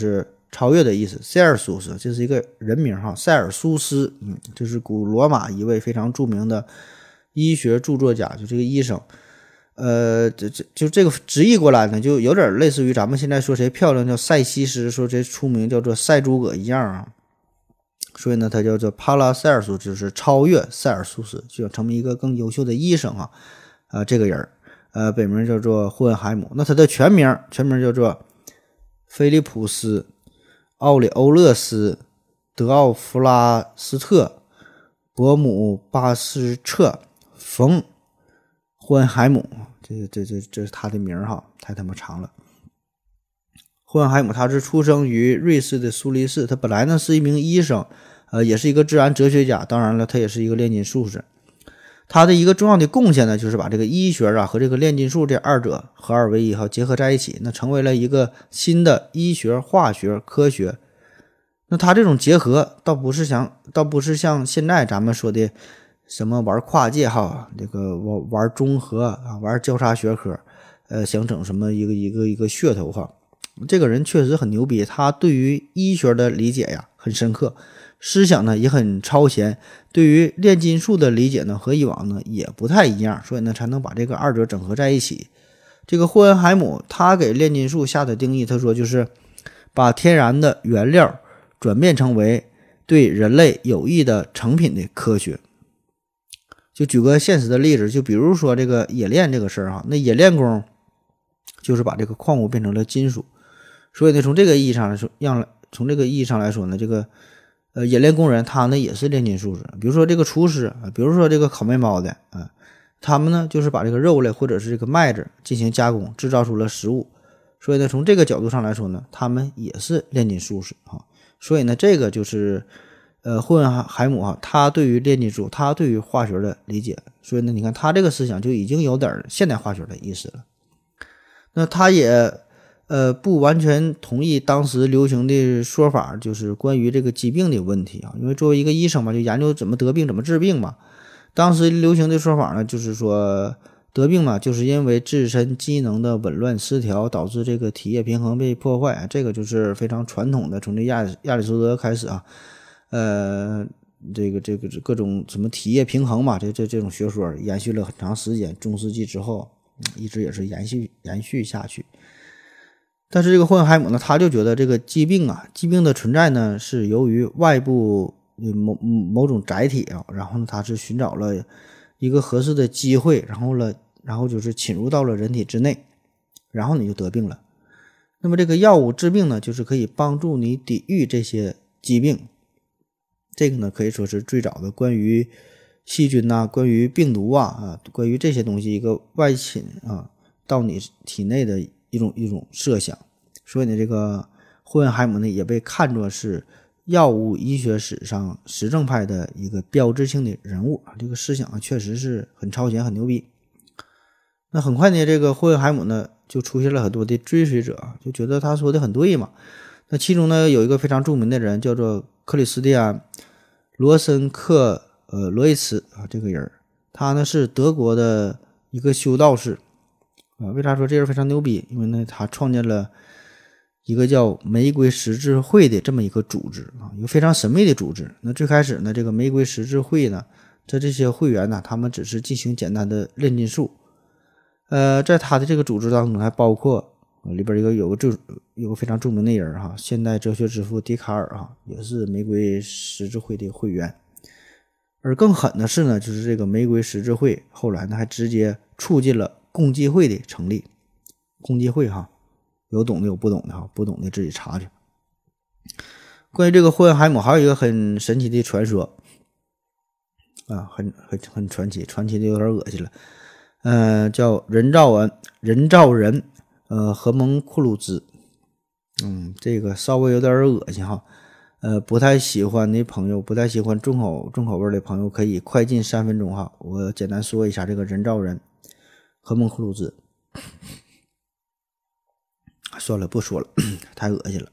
超越的意思。塞尔苏斯这是一个人名哈，塞尔苏斯，嗯，就是古罗马一位非常著名的医学著作家，就这个医生。呃，这这就这个直译过来呢，就有点类似于咱们现在说谁漂亮叫塞西斯，说谁出名叫做塞诸葛一样啊。所以呢，他叫做帕拉塞尔苏，就是超越塞尔苏斯，就要成为一个更优秀的医生啊。啊、呃，这个人，呃，本名叫做霍恩海姆。那他的全名全名叫做菲利普斯·奥里欧勒斯·德奥弗拉斯特·伯姆巴斯彻·冯·霍恩海姆。这这这这是他的名哈，太他妈长了。霍恩海姆他是出生于瑞士的苏黎世，他本来呢是一名医生，呃，也是一个自然哲学家，当然了，他也是一个炼金术士。他的一个重要的贡献呢，就是把这个医学啊和这个炼金术这二者合二为一哈，结合在一起，那成为了一个新的医学、化学、科学。那他这种结合，倒不是像，倒不是像现在咱们说的什么玩跨界哈，这个玩玩中和啊，玩交叉学科，呃，想整什么一个一个一个噱头哈。这个人确实很牛逼，他对于医学的理解呀很深刻，思想呢也很超前，对于炼金术的理解呢和以往呢也不太一样，所以呢才能把这个二者整合在一起。这个霍恩海姆他给炼金术下的定义，他说就是把天然的原料转变成为对人类有益的成品的科学。就举个现实的例子，就比如说这个冶炼这个事儿哈，那冶炼工就是把这个矿物变成了金属。所以呢，从这个意义上来说，让从这个意义上来说呢，这个呃冶炼工人他呢也是炼金术士。比如说这个厨师啊，比如说这个烤面包的啊，他们呢就是把这个肉类或者是这个麦子进行加工，制造出了食物。所以呢，从这个角度上来说呢，他们也是炼金术士啊。所以呢，这个就是呃霍恩海姆哈，他对于炼金术，他对于化学的理解。所以呢，你看他这个思想就已经有点现代化学的意思了。那他也。呃，不完全同意当时流行的说法，就是关于这个疾病的问题啊。因为作为一个医生嘛，就研究怎么得病、怎么治病嘛。当时流行的说法呢，就是说得病嘛，就是因为自身机能的紊乱失调，导致这个体液平衡被破坏。这个就是非常传统的，从这亚亚里士多德开始啊，呃，这个这个各种什么体液平衡嘛，这这这种学说延续了很长时间，中世纪之后、嗯、一直也是延续延续下去。但是这个霍恩海姆呢，他就觉得这个疾病啊，疾病的存在呢，是由于外部某某种载体啊，然后呢，他是寻找了一个合适的机会，然后呢，然后就是侵入到了人体之内，然后你就得病了。那么这个药物治病呢，就是可以帮助你抵御这些疾病。这个呢，可以说是最早的关于细菌呐、啊、关于病毒啊啊，关于这些东西一个外侵啊到你体内的一种一种设想。所以呢，这个霍恩海姆呢也被看作是药物医学史上实证派的一个标志性的人物啊，这个思想啊确实是很超前很牛逼。那很快呢，这个霍恩海姆呢就出现了很多的追随者，就觉得他说的很对嘛。那其中呢有一个非常著名的人叫做克里斯蒂安罗森克呃罗伊茨啊，这个人他呢是德国的一个修道士啊。为啥说这人非常牛逼？因为呢他创建了一个叫玫瑰十字会的这么一个组织啊，一个非常神秘的组织。那最开始呢，这个玫瑰十字会呢，在这些会员呢，他们只是进行简单的炼金术。呃，在他的这个组织当中，还包括、呃、里边一个有个最有个非常著名的人哈，现代哲学之父笛卡尔哈，也是玫瑰十字会的会员。而更狠的是呢，就是这个玫瑰十字会后来呢，还直接促进了共济会的成立。共济会哈。有懂的有不懂的哈，不懂的自己查去。关于这个霍恩海姆还有一个很神奇的传说啊，很很很传奇，传奇的有点恶心了。呃，叫人造人人造人呃何蒙库鲁兹。嗯，这个稍微有点恶心哈。呃，不太喜欢的朋友，不太喜欢重口重口味的朋友，可以快进三分钟哈。我简单说一下这个人造人何蒙库鲁兹。算了，不说了，太恶心了。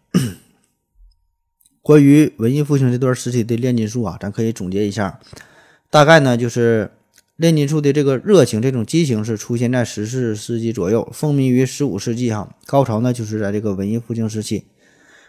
关于文艺复兴这段时期的炼金术啊，咱可以总结一下，大概呢就是炼金术的这个热情、这种激情是出现在十四世纪左右，风靡于十五世纪哈，高潮呢就是在这个文艺复兴时期。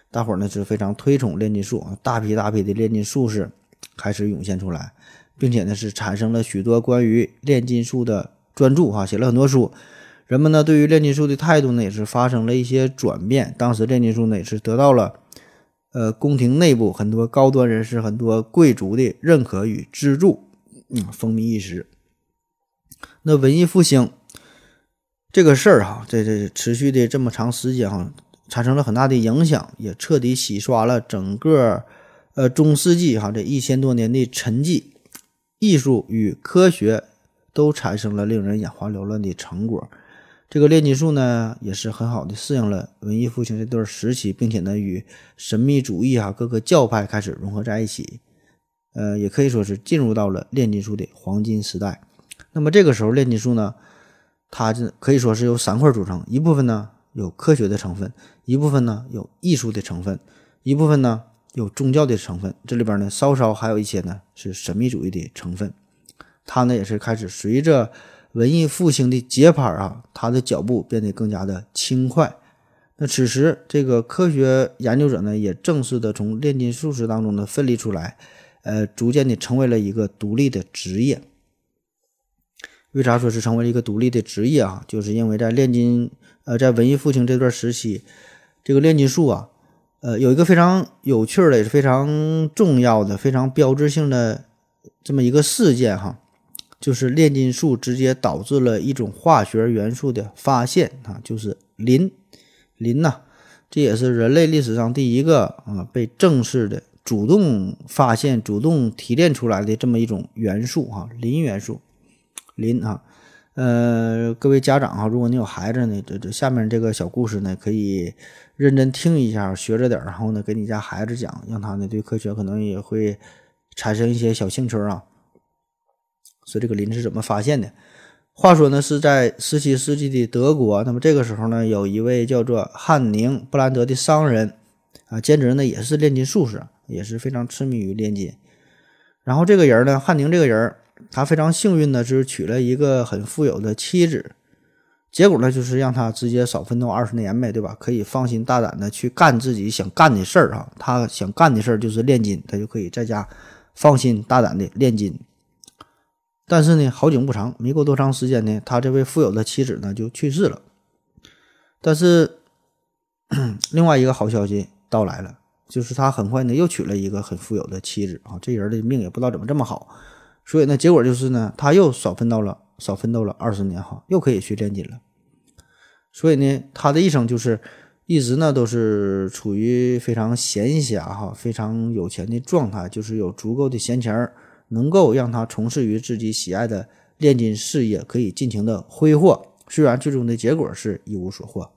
大伙儿呢是非常推崇炼金术啊，大批大批的炼金术士开始涌现出来，并且呢是产生了许多关于炼金术的专著哈，写了很多书。人们呢对于炼金术的态度呢也是发生了一些转变。当时炼金术呢也是得到了呃宫廷内部很多高端人士、很多贵族的认可与资助，嗯，风靡一时。那文艺复兴这个事儿哈，这这持续的这么长时间哈，产生了很大的影响，也彻底洗刷了整个呃中世纪哈这一千多年的沉寂。艺术与科学都产生了令人眼花缭乱的成果。这个炼金术呢，也是很好的适应了文艺复兴这段时期，并且呢与神秘主义啊各个教派开始融合在一起。呃，也可以说是进入到了炼金术的黄金时代。那么这个时候炼金术呢，它可以说是由三块组成，一部分呢有科学的成分，一部分呢有艺术的成分，一部分呢有宗教的成分，这里边呢稍稍还有一些呢是神秘主义的成分。它呢也是开始随着文艺复兴的节拍啊，它的脚步变得更加的轻快。那此时这个科学研究者呢也正式的从炼金术士当中呢分离出来，呃，逐渐的成为了一个独立的职业。为啥说是成为了一个独立的职业啊？就是因为在炼金呃在文艺复兴这段时期，这个炼金术啊呃有一个非常有趣的也是非常重要的非常标志性的这么一个事件哈，就是炼金术直接导致了一种化学元素的发现啊，就是磷。磷呐、啊，这也是人类历史上第一个啊被正式的主动发现、主动提炼出来的这么一种元素哈、啊，磷元素。磷啊，呃，各位家长哈、啊，如果你有孩子呢，这这下面这个小故事呢，可以认真听一下，学着点，然后呢，给你家孩子讲，让他呢对科学可能也会产生一些小兴趣啊。说这个磷是怎么发现的？话说呢，是在十七世纪的德国，那么这个时候呢，有一位叫做汉宁·布兰德的商人啊，兼职呢也是炼金术士，也是非常痴迷于炼金。然后这个人呢，汉宁这个人。他非常幸运的就是娶了一个很富有的妻子，结果呢就是让他直接少奋斗二十年呗，对吧？可以放心大胆的去干自己想干的事儿啊。他想干的事儿就是炼金，他就可以在家放心大胆的炼金。但是呢，好景不长，没过多长时间呢，他这位富有的妻子呢就去世了。但是另外一个好消息到来了，就是他很快呢又娶了一个很富有的妻子啊，这人的命也不知道怎么这么好。所以呢，结果就是呢，他又少奋斗了，少奋斗了二十年哈，又可以去炼金了。所以呢，他的一生就是一直呢都是处于非常闲暇哈、非常有钱的状态，就是有足够的闲钱儿，能够让他从事于自己喜爱的炼金事业，可以尽情的挥霍。虽然最终的结果是一无所获。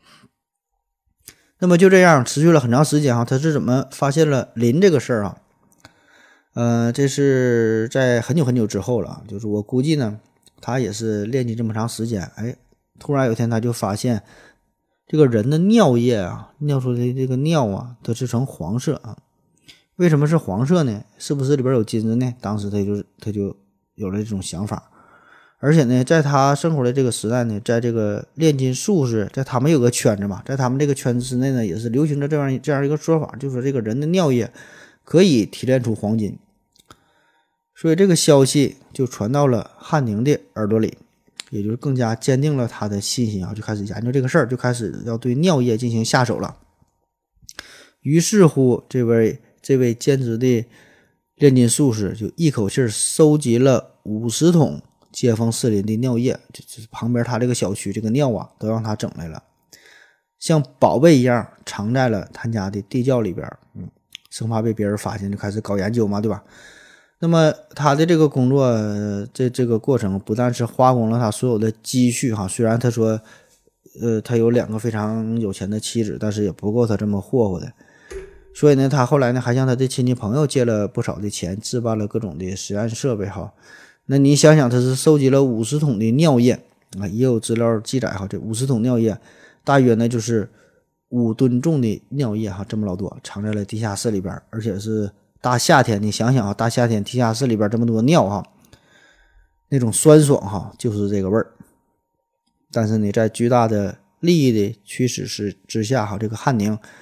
那么就这样持续了很长时间哈，他是怎么发现了磷这个事儿啊？呃，这是在很久很久之后了，就是我估计呢，他也是炼金这么长时间，哎，突然有一天他就发现，这个人的尿液啊，尿出的这个尿啊，它是呈黄色啊。为什么是黄色呢？是不是里边有金子呢？当时他就他就有了这种想法。而且呢，在他生活的这个时代呢，在这个炼金术士，在他们有个圈子嘛，在他们这个圈子之内呢，也是流行着这样这样一个说法，就是说这个人的尿液可以提炼出黄金。所以这个消息就传到了汉宁的耳朵里，也就是更加坚定了他的信心啊，就开始研究这个事儿，就开始要对尿液进行下手了。于是乎，这位这位兼职的炼金术士就一口气收集了五十桶街坊四邻的尿液，就是旁边他这个小区这个尿啊，都让他整来了，像宝贝一样藏在了他家的地窖里边，嗯，生怕被别人发现，就开始搞研究嘛，对吧？那么他的这个工作，呃、这这个过程不但是花光了他所有的积蓄哈，虽然他说，呃，他有两个非常有钱的妻子，但是也不够他这么霍霍的。所以呢，他后来呢还向他的亲戚朋友借了不少的钱，置办了各种的实验设备哈。那你想想，他是收集了五十桶的尿液啊，也有资料记载哈，这五十桶尿液大约呢就是五吨重的尿液哈，这么老多，藏在了地下室里边，而且是。大夏天，你想想啊，大夏天地下室里边这么多尿哈，那种酸爽哈，就是这个味儿。但是呢，在巨大的利益的驱使之之下哈，这个汉宁，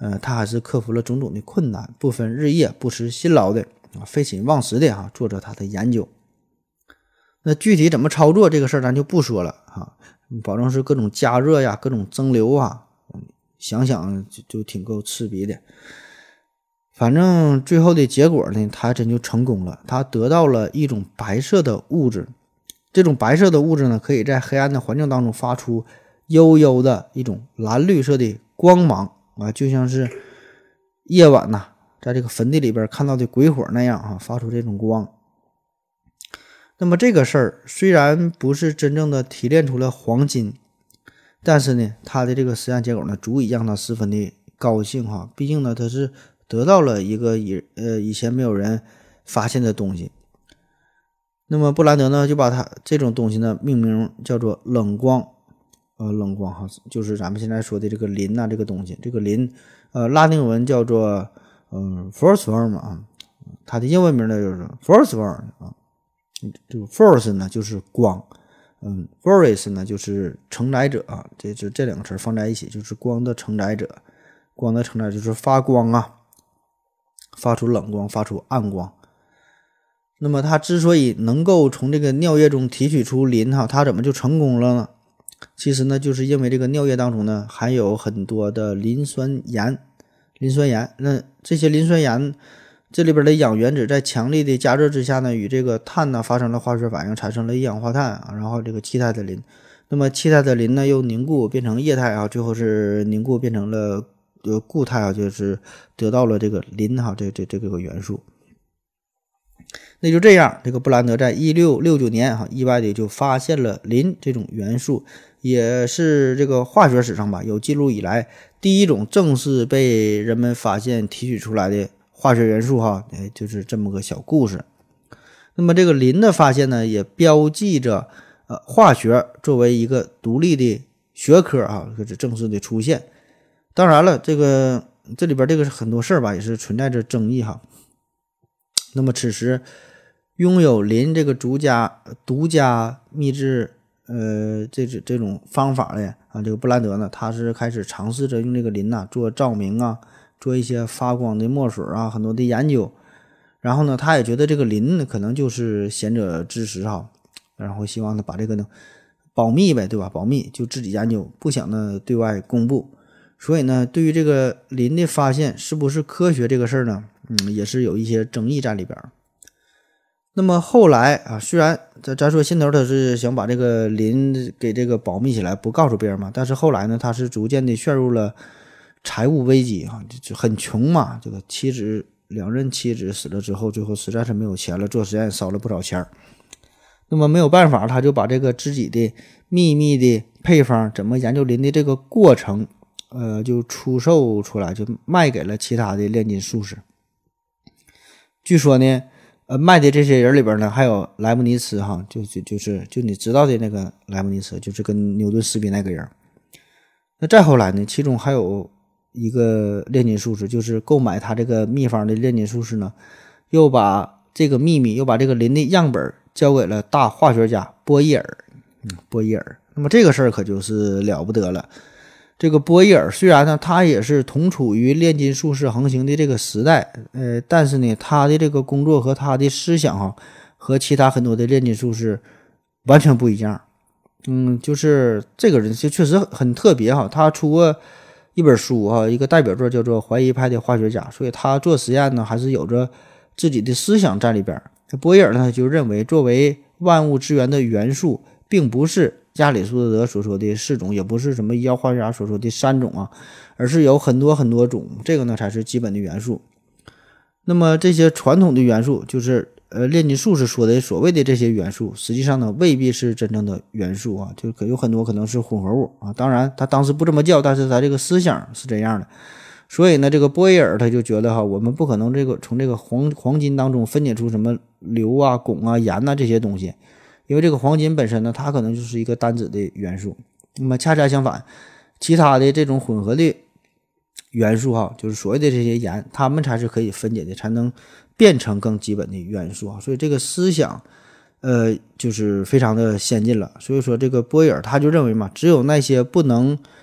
呃，他还是克服了种种的困难，不分日夜，不辞辛劳的啊，废寝忘食的哈、啊，做着他的研究。那具体怎么操作这个事儿咱就不说了哈、啊，保证是各种加热呀，各种蒸馏啊，想想就就挺够刺鼻的。反正最后的结果呢，他真就成功了，他得到了一种白色的物质，这种白色的物质呢，可以在黑暗的环境当中发出幽幽的一种蓝绿色的光芒啊，就像是夜晚呐、啊，在这个坟地里边看到的鬼火那样啊，发出这种光。那么这个事儿虽然不是真正的提炼出了黄金，但是呢，他的这个实验结果呢，足以让他十分的高兴哈。毕竟呢，他是得到了一个以呃以前没有人发现的东西。那么布兰德呢，就把他这种东西呢命名叫做冷光，呃，冷光哈，就是咱们现在说的这个磷呐、啊，这个东西，这个磷，呃，拉丁文叫做嗯 phosphor 啊，它的英文名呢就是 phosphor 啊。这个 force 呢就是光，嗯 ，force 呢就是承载者啊，这这这两个词放在一起就是光的承载者，光的承载就是发光啊，发出冷光，发出暗光。那么它之所以能够从这个尿液中提取出磷哈，它怎么就成功了呢？其实呢，就是因为这个尿液当中呢含有很多的磷酸盐，磷酸盐，那这些磷酸盐。这里边的氧原子在强力的加热之下呢，与这个碳呢发生了化学反应，产生了一氧化碳啊，然后这个气态的磷，那么气态的磷呢又凝固变成液态啊，最后是凝固变成了呃固态啊，就是得到了这个磷哈，这这这个元素。那就这样，这个布兰德在一六六九年哈，意外的就发现了磷这种元素，也是这个化学史上吧有记录以来第一种正式被人们发现提取出来的化学元素哈，哎，就是这么个小故事。那么这个磷的发现呢，也标记着呃化学作为一个独立的学科啊，就是正式的出现。当然了，这个这里边这个很多事儿吧，也是存在着争议哈。那么此时拥有磷这个独家独家秘制呃这这这种方法的啊，这个布兰德呢，他是开始尝试着用这个磷呐、啊、做照明啊。做一些发光的墨水啊，很多的研究，然后呢，他也觉得这个磷可能就是贤者之石哈，然后希望他把这个呢保密呗，对吧？保密就自己研究，不想呢对外公布。所以呢，对于这个磷的发现是不是科学这个事儿呢，嗯，也是有一些争议在里边。那么后来啊，虽然咱咱说心头他是想把这个磷给这个保密起来，不告诉别人嘛，但是后来呢，他是逐渐的陷入了财务危机啊，就很穷嘛。这个妻子两任妻子死了之后，最后实在是没有钱了，做实验烧了不少钱。那么没有办法，他就把这个自己的秘密的配方，怎么研究磷的这个过程，呃，就出售出来，就卖给了其他的炼金术士。据说呢，呃，卖的这些人里边呢，还有莱布尼茨哈，就就就是就你知道的那个莱布尼茨，就是跟牛顿撕逼那个人。那再后来呢，其中还有一个炼金术士，就是购买他这个秘方的炼金术士呢，又把这个秘密，又把这个磷的样本交给了大化学家波伊尔。嗯，波伊尔。那么这个事儿可就是了不得了。这个波伊尔虽然呢，他也是同处于炼金术士横行的这个时代，呃，但是呢，他的这个工作和他的思想哈，和其他很多的炼金术士完全不一样。嗯，就是这个人就确实很特别哈，他出过一本书啊，一个代表作叫做《怀疑派的化学家》，所以他做实验呢，还是有着自己的思想在里边。波伊尔呢就认为，作为万物之源的元素，并不是亚里士多德所说的四种，也不是什么医药化学家所说的三种啊，而是有很多很多种，这个呢才是基本的元素。那么这些传统的元素，就是呃炼金术士说的所谓的这些元素，实际上呢未必是真正的元素啊，就可有很多可能是混合物啊。当然他当时不这么叫，但是他这个思想是这样的。所以呢，这个波伊尔他就觉得哈，我们不可能这个从这个黄黄金当中分解出什么硫啊、汞啊、盐啊这些东西，因为这个黄金本身呢，它可能就是一个单子的元素。那么恰恰相反，其他的这种混合的元素哈，就是所谓的这些盐，它们才是可以分解的，才能变成更基本的元素啊。所以这个思想，呃，就是非常的先进了。所以说，这个波伊尔他就认为嘛，只有那些不能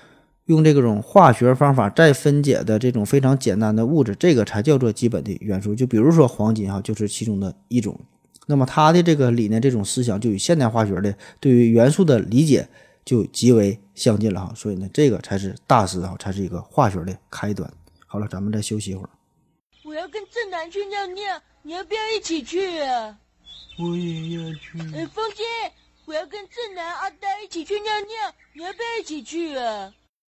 用这种化学方法再分解的这种非常简单的物质，这个才叫做基本的元素。就比如说黄金哈，就是其中的一种。那么他的这个理念、这种思想就与现代化学的对于元素的理解就极为相近了哈。所以呢，这个才是大师哈，才是一个化学的开端。好了，咱们再休息一会儿。 我要跟正南去尿尿，你要不要一起去啊？ 我也要去。 呃，风姐，我要跟正南、阿呆一起去尿尿，你要不要一起去啊？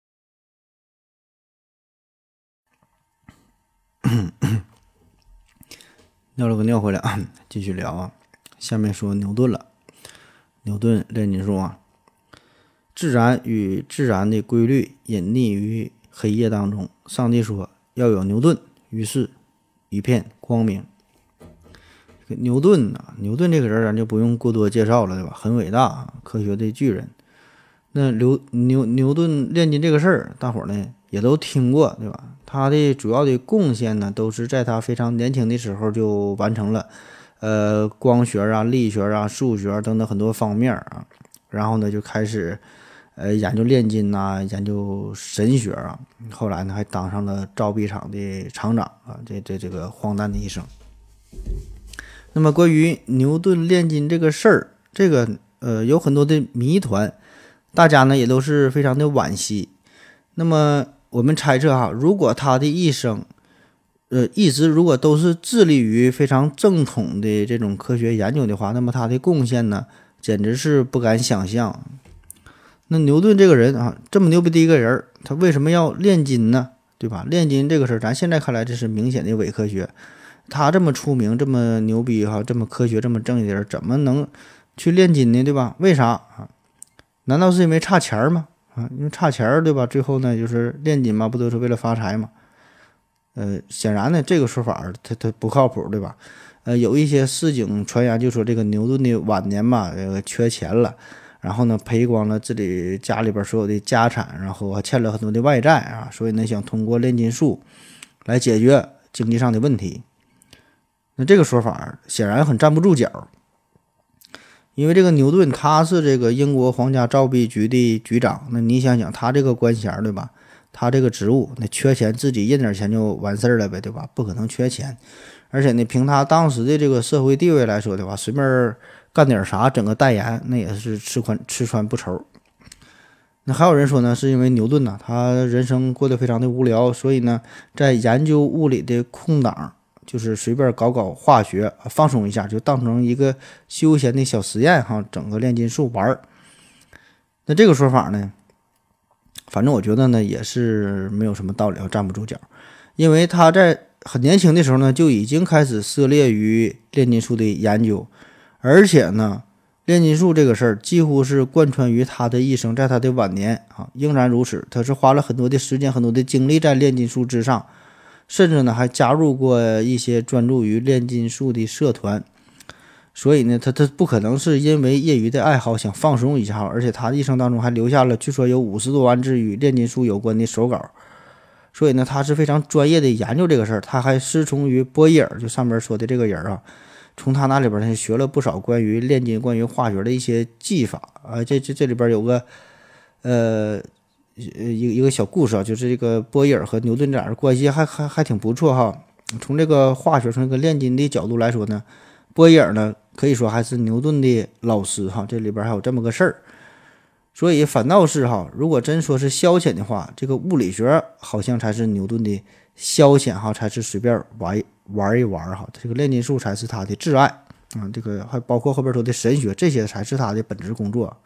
尿了个尿回来啊，继续聊啊。下面说牛顿了，牛顿炼金术啊，自然与自然的规律隐匿于黑夜当中。上帝说要有牛顿，于是一片光明。这个牛顿呢、啊，牛顿这个人咱就不用过多介绍了，对吧？很伟大，科学的巨人。那牛牛牛顿炼金这个事儿，大伙儿呢也都听过，对吧？他的主要的贡献呢，都是在他非常年轻的时候就完成了，呃，光学啊、力学啊、数学等等很多方面啊。然后呢，就开始呃研究炼金呐、啊，研究神学啊。后来呢，还当上了造币厂的厂长啊。这这这个荒诞的一生。那么关于牛顿炼金这个事儿，这个呃有很多的谜团，大家呢也都是非常的惋惜。那么我们猜测哈，如果他的一生，呃，一直如果都是致力于非常正统的这种科学研究的话，那么他的贡献呢，简直是不敢想象。那牛顿这个人啊，这么牛逼的一个人，他为什么要炼金呢？对吧？炼金这个事儿，咱现在看来这是明显的伪科学。他这么出名，这么牛逼哈，这么科学，这么正义的人，怎么能去炼金呢？对吧？为啥啊？难道是因为差钱儿吗？啊，因为差钱儿，对吧？最后呢，就是炼金嘛，不都是为了发财嘛？呃，显然呢，这个说法它它不靠谱，对吧？呃，有一些市井传言就说这个牛顿的晚年嘛，呃，缺钱了，然后呢，赔光了自己家里边所有的家产，然后还欠了很多的外债啊，所以呢，想通过炼金术来解决经济上的问题。那这个说法显然很站不住脚。因为这个牛顿他是这个英国皇家造币局的局长，那你想想他这个官衔对吧？他这个职务，那缺钱自己印点钱就完事儿了呗，对吧？不可能缺钱。而且呢，凭他当时的这个社会地位来说的话，随便干点啥，整个代言那也是吃穿吃穿不愁。那还有人说呢，是因为牛顿呢，他人生过得非常的无聊，所以呢，在研究物理的空档，就是随便搞搞化学，放松一下，就当成一个休闲的小实验哈，整个炼金术玩儿。那这个说法呢，反正我觉得呢也是没有什么道理，站不住脚。因为他在很年轻的时候呢，就已经开始涉猎于炼金术的研究，而且呢，炼金术这个事儿几乎是贯穿于他的一生，在他的晚年啊，仍然如此。他是花了很多的时间、很多的精力在炼金术之上。甚至呢还加入过一些专注于炼金术的社团，所以呢他他不可能是因为业余的爱好想放松一下，而且他一生当中还留下了据说有五十多万字与炼金术有关的手稿，所以呢他是非常专业的研究这个事儿。他还师从于波义尔，就上面说的这个人啊，从他那里边呢学了不少关于炼金、关于化学的一些技法啊。这这这里边有个呃呃，一个一个小故事啊，就是这个波义尔和牛顿这俩人关系还还还挺不错哈。从这个化学、从这个炼金的角度来说呢，波义尔呢可以说还是牛顿的老师哈。这里边还有这么个事儿，所以反倒是哈，如果真说是消遣的话，这个物理学好像才是牛顿的消遣哈，才是随便玩玩一玩哈。这个炼金术才是他的挚爱啊，这个还包括后边说的神学，这些才是他的本职工作。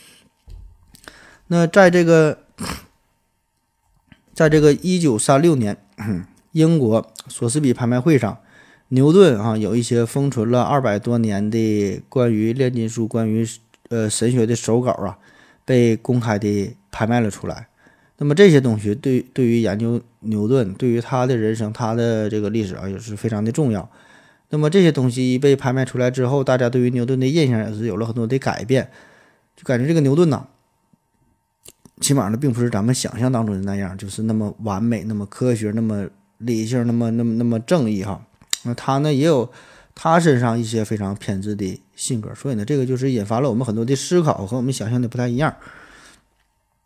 那在这个在这个一九三六年，英国索斯比拍卖会上，牛顿啊有一些封存了二百多年的关于炼金术、关于呃神学的手稿啊，被公开的拍卖了出来。那么这些东西对对于研究牛顿、对于他的人生、他的这个历史啊，也是非常的重要。那么这些东西一被拍卖出来之后，大家对于牛顿的印象也是有了很多的改变，就感觉这个牛顿呐、啊。起码呢，并不是咱们想象当中的那样，就是那么完美、那么科学、那么理性、那么那么那么正义哈。那他呢，也有他身上一些非常偏执的性格，所以呢，这个就是引发了我们很多的思考，和我们想象的不太一样。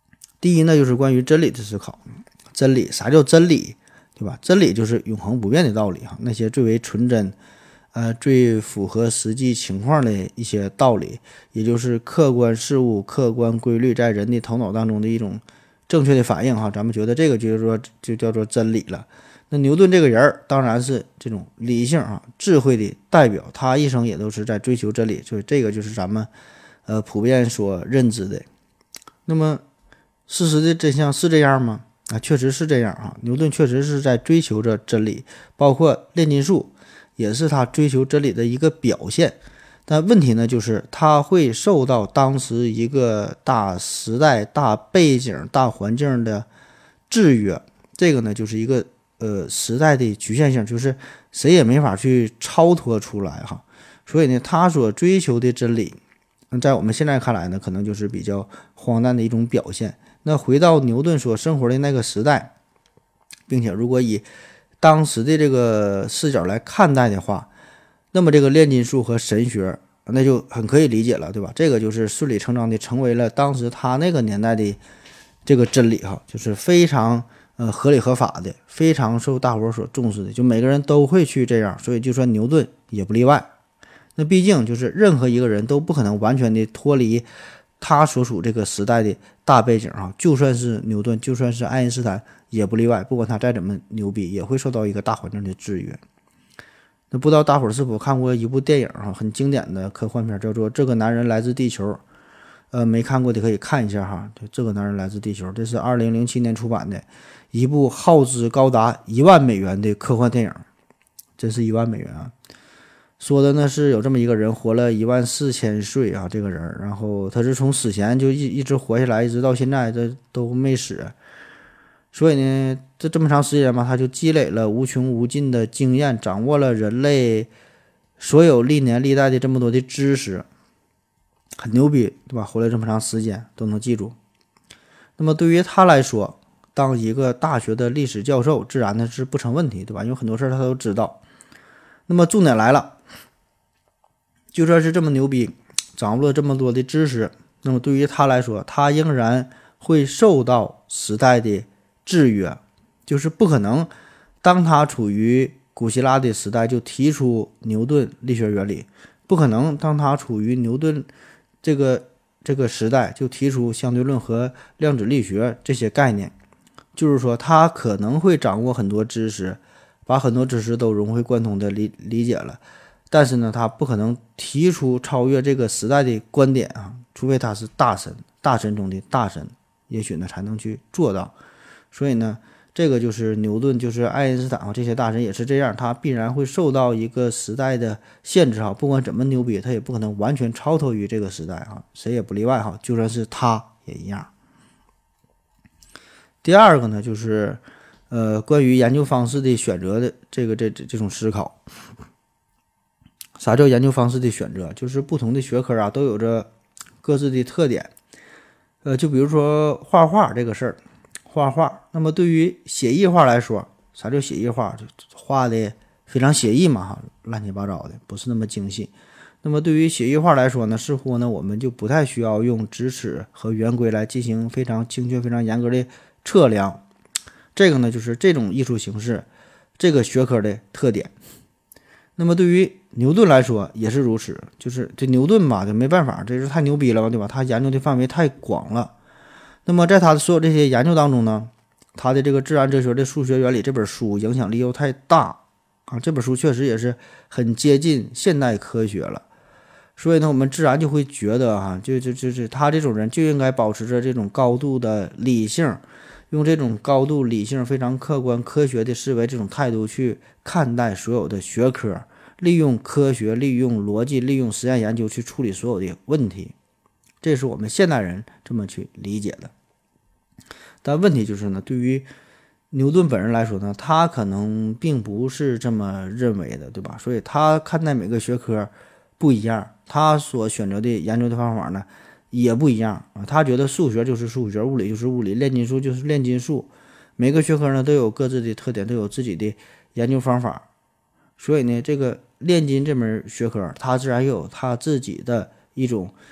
第一呢，就是关于真理的思考。真理，啥叫真理，对吧？真理就是永恒不变的道理哈，那些最为纯真，呃，最符合实际情况的一些道理，也就是客观事物、客观规律在人的头脑当中的一种正确的反应哈。咱们觉得这个就是说就叫做真理了。那牛顿这个人儿当然是这种理性啊、智慧的代表，他一生也都是在追求真理，所以这个就是咱们呃普遍所认知的。那么事实的真相是这样吗？啊，确实是这样啊。牛顿确实是在追求着真理，包括炼金术也是他追求真理的一个表现。但问题呢，就是他会受到当时一个大时代、大背景、大环境的制约。这个呢，就是一个呃时代的局限性，就是谁也没法去超脱出来哈。所以呢，他所追求的真理，在我们现在看来呢，可能就是比较荒诞的一种表现。那回到牛顿所生活的那个时代，并且如果以当时的这个视角来看待的话，那么这个炼金术和神学那就很可以理解了，对吧？这个就是顺理成章的成为了当时他那个年代的这个真理哈，就是非常呃合理合法的，非常受大伙所重视的，就每个人都会去这样，所以就算牛顿也不例外。那毕竟就是任何一个人都不可能完全的脱离他所处这个时代的大背景啊，就算是牛顿，就算是爱因斯坦也不例外。不管他再怎么牛逼，也会受到一个大环境的制约。那不知道大伙儿是否看过一部电影啊，很经典的科幻片，叫做《这个男人来自地球》。呃，没看过的可以看一下哈。对，这个男人来自地球，这是二零零七年出版的一部耗资高达一万美元的科幻电影，真是一万美元啊！说的呢是有这么一个人活了一万四千岁啊，这个人，然后他是从死前就一一直活下来，一直到现在这都没死，所以呢，这这么长时间嘛，他就积累了无穷无尽的经验，掌握了人类所有历年历代的这么多的知识，很牛逼，对吧？活了这么长时间都能记住。那么对于他来说，当一个大学的历史教授，自然呢是不成问题，对吧？因为很多事他都知道。那么重点来了。就算是这么牛逼，掌握了这么多的知识，那么对于他来说，他仍然会受到时代的制约，就是不可能当他处于古希腊的时代就提出牛顿力学原理，不可能当他处于牛顿这个这个时代就提出相对论和量子力学这些概念。就是说他可能会掌握很多知识，把很多知识都融会贯通的理理解了，但是呢，他不可能提出超越这个时代的观点啊，除非他是大神，大神中的大神，也许呢才能去做到。所以呢，这个就是牛顿，就是爱因斯坦啊，这些大神也是这样，他必然会受到一个时代的限制哈，不管怎么牛逼，他也不可能完全超脱于这个时代哈，谁也不例外哈，就算是他也一样。第二个呢，就是呃，关于研究方式的选择的这个这这这种思考。啥叫研究方式的选择？就是不同的学科啊都有着各自的特点。呃，就比如说画画这个事儿，画画，那么对于写意画来说，啥叫写意画？就画的非常写意嘛，哈，乱七八糟的，不是那么精细。那么对于写意画来说呢，似乎呢我们就不太需要用直尺和圆规来进行非常精确、非常严格的测量。这个呢就是这种艺术形式，这个学科的特点。那么对于牛顿来说也是如此，就是这牛顿吧，就没办法，这是太牛逼了吧，对吧？他研究的范围太广了。那么在他的所有这些研究当中呢，他的这个《自然哲学的数学原理》这本书影响力又太大啊，这本书确实也是很接近现代科学了。所以呢，我们自然就会觉得哈、啊，就就就是他这种人就应该保持着这种高度的理性，用这种高度理性、非常客观、科学的思维这种态度去看待所有的学科，利用科学、利用逻辑、利用实验研究去处理所有的问题，这是我们现代人这么去理解的。但问题就是呢，对于牛顿本人来说呢，他可能并不是这么认为的，对吧？所以他看待每个学科不一样，他所选择的研究的方法呢也不一样啊。他觉得数学就是数学，物理就是物理，炼金术就是炼金术，每个学科呢都有各自的特点，都有自己的研究方法。所以呢，这个炼金这门学科，它自然有它自己的一种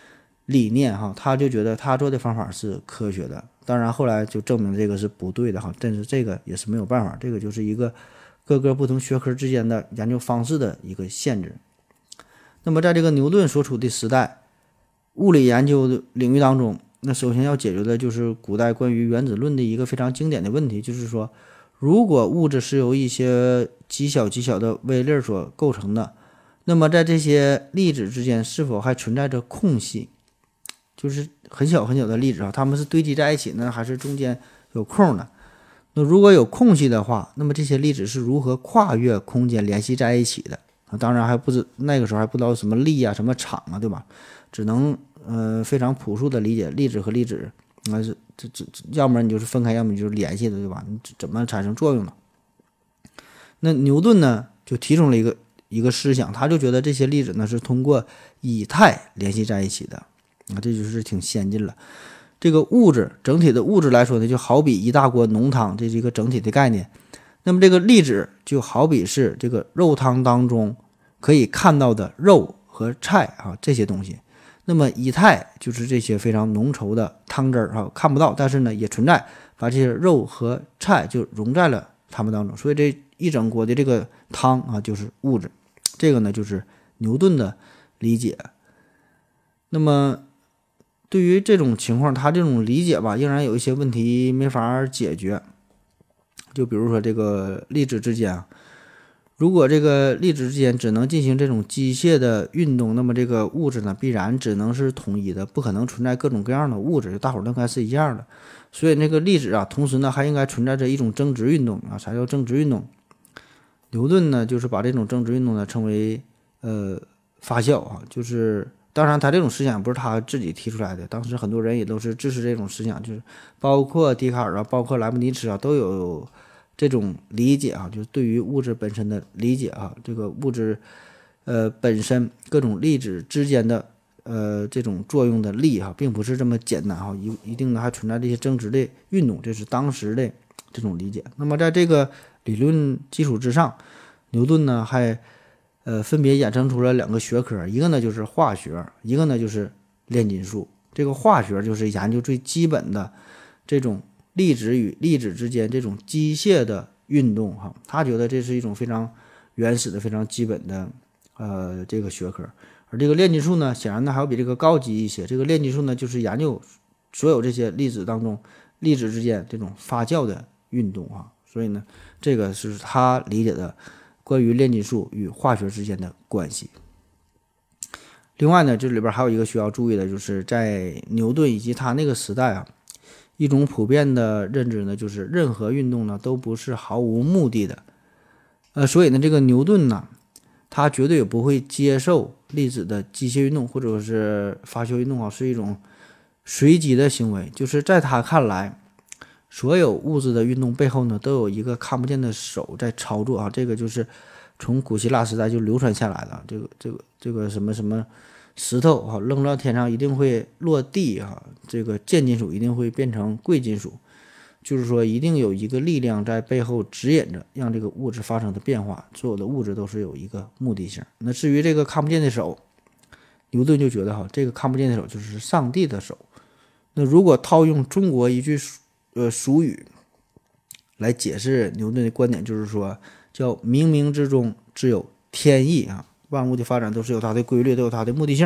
理念哈，他就觉得他做的方法是科学的。当然后来就证明这个是不对的哈，但是这个也是没有办法，这个就是一个各个不同学科之间的研究方式的一个限制。那么在这个牛顿所处的时代，物理研究的领域当中，那首先要解决的就是古代关于原子论的一个非常经典的问题，就是说如果物质是由一些极小极小的微粒所构成的，那么在这些粒子之间是否还存在着空隙，就是很小很小的粒子啊，它们是堆积在一起呢，还是中间有空呢？那如果有空隙的话，那么这些粒子是如何跨越空间联系在一起的？啊，当然还不知那个时候还不知道什么力啊、什么场啊，对吧？只能呃非常朴素的理解粒子和粒子，那是这这要么你就是分开，要么你就是联系的，对吧？你怎么产生作用呢？那牛顿呢就提出了一个一个思想，他就觉得这些粒子呢是通过以太联系在一起的，啊，这就是挺先进了。这个物质整体的物质来说呢，就好比一大锅浓汤，这是一个整体的概念。那么这个粒子就好比是这个肉汤当中可以看到的肉和菜啊这些东西。那么以太就是这些非常浓稠的汤汁儿啊，看不到，但是呢也存在，把这些肉和菜就融在了它们当中，所以这一整锅的这个汤啊就是物质。这个呢就是牛顿的理解。那么对于这种情况，他这种理解吧，仍然有一些问题没法解决。就比如说这个粒子之间啊，如果这个粒子之间只能进行这种机械的运动，那么这个物质呢必然只能是统一的，不可能存在各种各样的物质，大伙儿都应该是一样的。所以那个粒子啊，同时呢还应该存在着一种增值运动啊。啥叫增值运动？牛顿呢就是把这种增值运动呢称为呃发酵啊，就是当然他这种思想不是他自己提出来的，当时很多人也都是支持这种思想，就是包括笛卡尔啊，包括莱布尼茨啊，都有这种理解啊，就是对于物质本身的理解啊，这个物质呃本身各种粒子之间的呃这种作用的力哈，并不是这么简单哈，一一定呢还存在这些增值的运动，这是当时的这种理解。那么在这个理论基础之上，牛顿呢还呃分别衍生出了两个学科，一个呢就是化学，一个呢就是炼金术。这个化学就是研究最基本的这种粒子与粒子之间这种机械的运动哈，他觉得这是一种非常原始的、非常基本的呃这个学科。而这个炼金术呢，显然呢还要比这个高级一些。这个炼金术呢，就是研究所有这些粒子当中粒子之间这种发酵的运动哈。所以呢，这个是他理解的关于炼金术与化学之间的关系。另外呢，这里边还有一个需要注意的，就是在牛顿以及他那个时代啊，一种普遍的认知呢，就是任何运动呢都不是毫无目的的。呃，所以呢，这个牛顿呢，他绝对也不会接受粒子的机械运动或者是发酵运动啊，是一种随机的行为。就是在他看来，所有物质的运动背后呢，都有一个看不见的手在操作啊。这个就是从古希腊时代就流传下来的。这个这个这个什么什么石头啊，扔到天上一定会落地啊。这个贱金属一定会变成贵金属，就是说一定有一个力量在背后指引着，让这个物质发生的变化。所有的物质都是有一个目的性。那至于这个看不见的手，牛顿就觉得哈，这个看不见的手就是上帝的手。那如果套用中国一句呃，俗语来解释牛顿的观点，就是说叫冥冥之中只有天意啊，万物的发展都是有它的规律，都有它的目的性。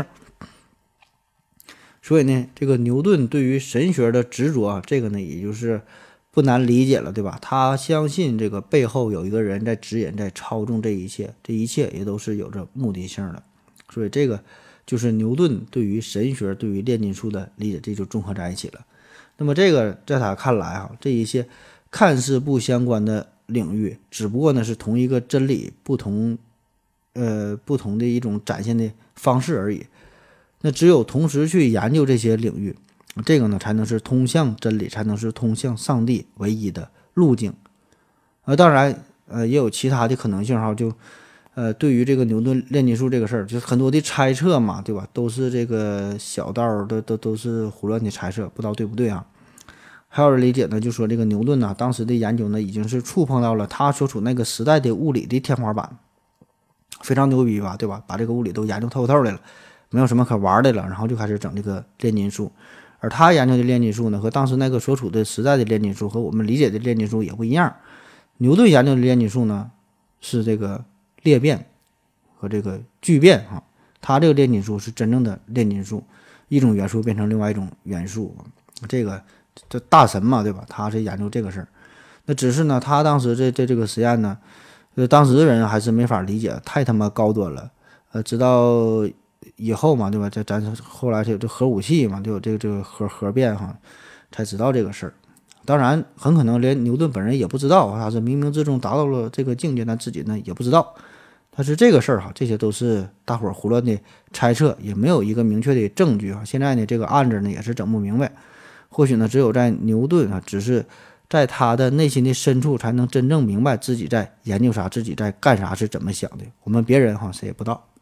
所以呢，这个牛顿对于神学的执着啊，这个呢也就是不难理解了，对吧？他相信这个背后有一个人在指引，在操纵这一切，这一切也都是有着目的性的。所以这个就是牛顿对于神学、对于炼金术的理解，这就综合在一起了。那么这个在他看来啊，这一些看似不相关的领域，只不过呢是同一个真理不同呃不同的一种展现的方式而已。那只有同时去研究这些领域，这个呢才能是通向真理，才能是通向上帝唯一的路径。呃当然呃也有其他的可能性哈，就呃，对于这个牛顿炼金术这个事儿，就很多的猜测嘛，对吧？都是这个小道都都都是胡乱的猜测，不知道对不对啊？还有人理解呢，就说这个牛顿呢，当时的研究呢，已经是触碰到了他所处那个时代的物理的天花板，非常牛逼吧，对吧？把这个物理都研究透透的了， 没有什么可玩的了，然后就开始整这个炼金术。而他研究的炼金术呢，和当时那个所处的时代的炼金术和我们理解的炼金术也不一样。牛顿研究的炼金术呢，是这个裂变和这个聚变啊，他这个炼金术是真正的炼金术，一种元素变成另外一种元素，这个这大神嘛，对吧？他是研究这个事儿。那只是呢，他当时这这这个实验呢，呃，当时的人还是没法理解，太他妈高端了。呃，直到以后嘛，对吧？这咱后来就这核武器嘛，就有这个这个核核变哈，才知道这个事儿。当然，很可能连牛顿本人也不知道，他是冥冥之中达到了这个境界，但自己呢也不知道。但是这个事儿哈，这些都是大伙儿胡乱的猜测，也没有一个明确的证据哈。现在呢，这个案子呢也是整不明白。或许呢，只有在牛顿啊，只是在他的内心的深处，才能真正明白自己在研究啥，自己在干啥，是怎么想的。我们别人哈谁也不知道。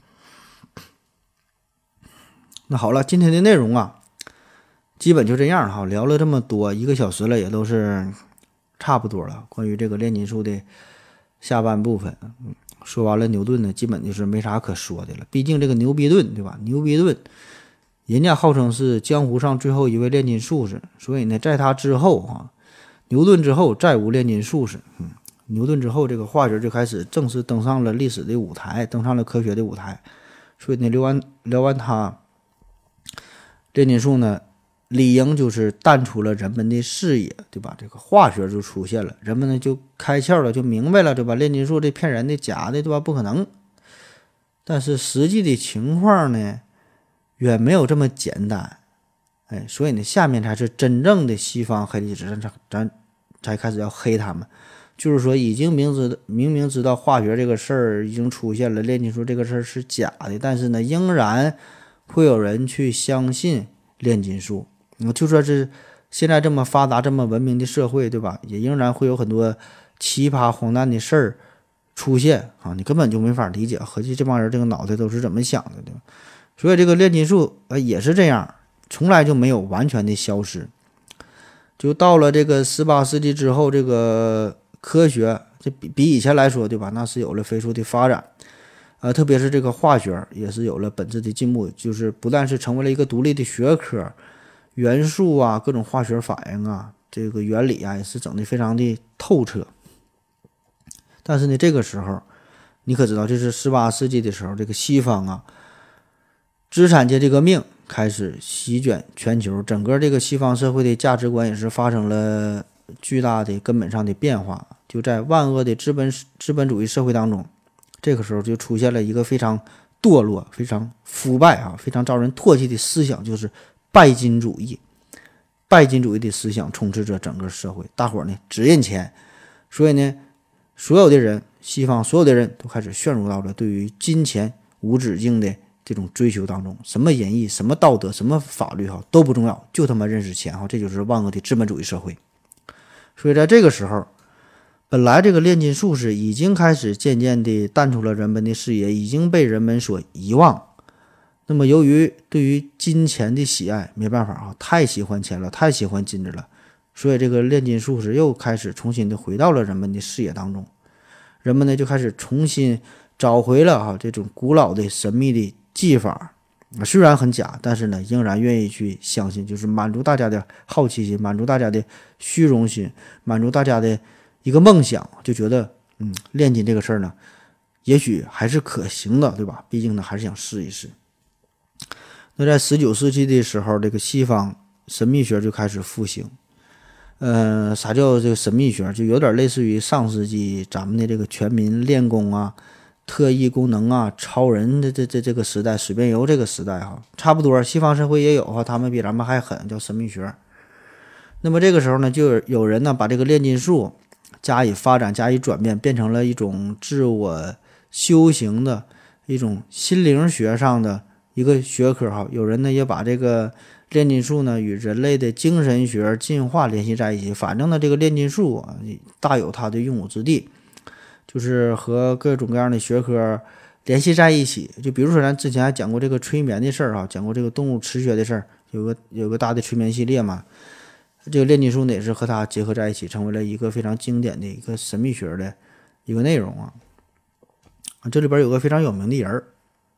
那好了，今天的内容啊，基本就这样哈，聊了这么多，一个小时了，也都是差不多了。关于这个炼金术的下半部分，嗯，说完了牛顿呢，基本就是没啥可说的了。毕竟这个牛逼顿，对吧？牛逼顿，人家号称是江湖上最后一位炼金术士，所以呢，在他之后啊，牛顿之后再无炼金术士。嗯，牛顿之后，这个化学就开始正式登上了历史的舞台，登上了科学的舞台。所以呢，聊完聊完他。炼金术呢，理应就是淡出了人们的视野，对吧？这个化学就出现了，人们呢就开窍了，就明白了，对吧？炼金术这骗人的、假的，对吧？不可能。但是实际的情况呢，远没有这么简单。哎，所以呢，下面才是真正的西方黑历史，咱咱才开始要黑他们。就是说，已经明知明明知道化学这个事儿已经出现了，炼金术这个事儿是假的，但是呢，仍然会有人去相信炼金术。就说是现在这么发达、这么文明的社会，对吧？也仍然会有很多奇葩、荒诞的事儿出现啊！你根本就没法理解，合计这帮人这个脑袋都是怎么想的，对吧？所以这个炼金术呃也是这样，从来就没有完全的消失。就到了这个十八世纪之后，这个科学这比比以前来说，对吧？那是有了飞速的发展。呃，特别是这个化学也是有了本质的进步，就是不但是成为了一个独立的学科，元素啊，各种化学反应啊，这个原理啊，也是整得非常的透彻。但是呢，这个时候你可知道，这是十八世纪的时候，这个西方啊，资产阶级革命开始席卷全球，整个这个西方社会的价值观也是发生了巨大的根本上的变化。就在万恶的资本资本主义社会当中，这个时候就出现了一个非常堕落、非常腐败啊、非常招人唾弃的思想，就是拜金主义。拜金主义的思想充斥着整个社会，大伙儿呢只认钱，所以呢，所有的人，西方所有的人都开始陷入到了对于金钱无止境的这种追求当中，什么仁义、什么道德、什么法律哈都不重要，就他妈认识钱哈，这就是万恶的资本主义社会。所以在这个时候，本来这个炼金术士已经开始渐渐地淡出了人们的视野，已经被人们所遗忘。那么由于对于金钱的喜爱，没办法啊，太喜欢钱了，太喜欢金子了，所以这个炼金术士又开始重新的回到了人们的视野当中。人们呢就开始重新找回了啊这种古老的神秘的技法，虽然很假，但是呢仍然愿意去相信，就是满足大家的好奇心，满足大家的虚荣心，满足大家的一个梦想，就觉得嗯炼金这个事儿呢也许还是可行的，对吧？毕竟呢还是想试一试。那在十九世纪的时候，这个西方神秘学就开始复兴。呃，啥叫这个神秘学？就有点类似于上世纪咱们的这个全民练功啊、特异功能啊、超人的这这这个时代，水变油这个时代哈，差不多。西方社会也有哈，他们比咱们还狠，叫神秘学。那么这个时候呢，就有有人呢把这个炼金术加以发展、加以转变，变成了一种自我修行的一种心灵学上的一个学科哈。有人呢也把这个炼金术呢与人类的精神学进化联系在一起，反正呢这个炼金术啊大有它的用武之地，就是和各种各样的学科联系在一起。就比如说咱之前还讲过这个催眠的事儿哈，讲过这个动物磁学的事儿，有个有个大的催眠系列嘛。这个炼金术呢也是和它结合在一起，成为了一个非常经典的一个神秘学的一个内容啊。这里边有个非常有名的人，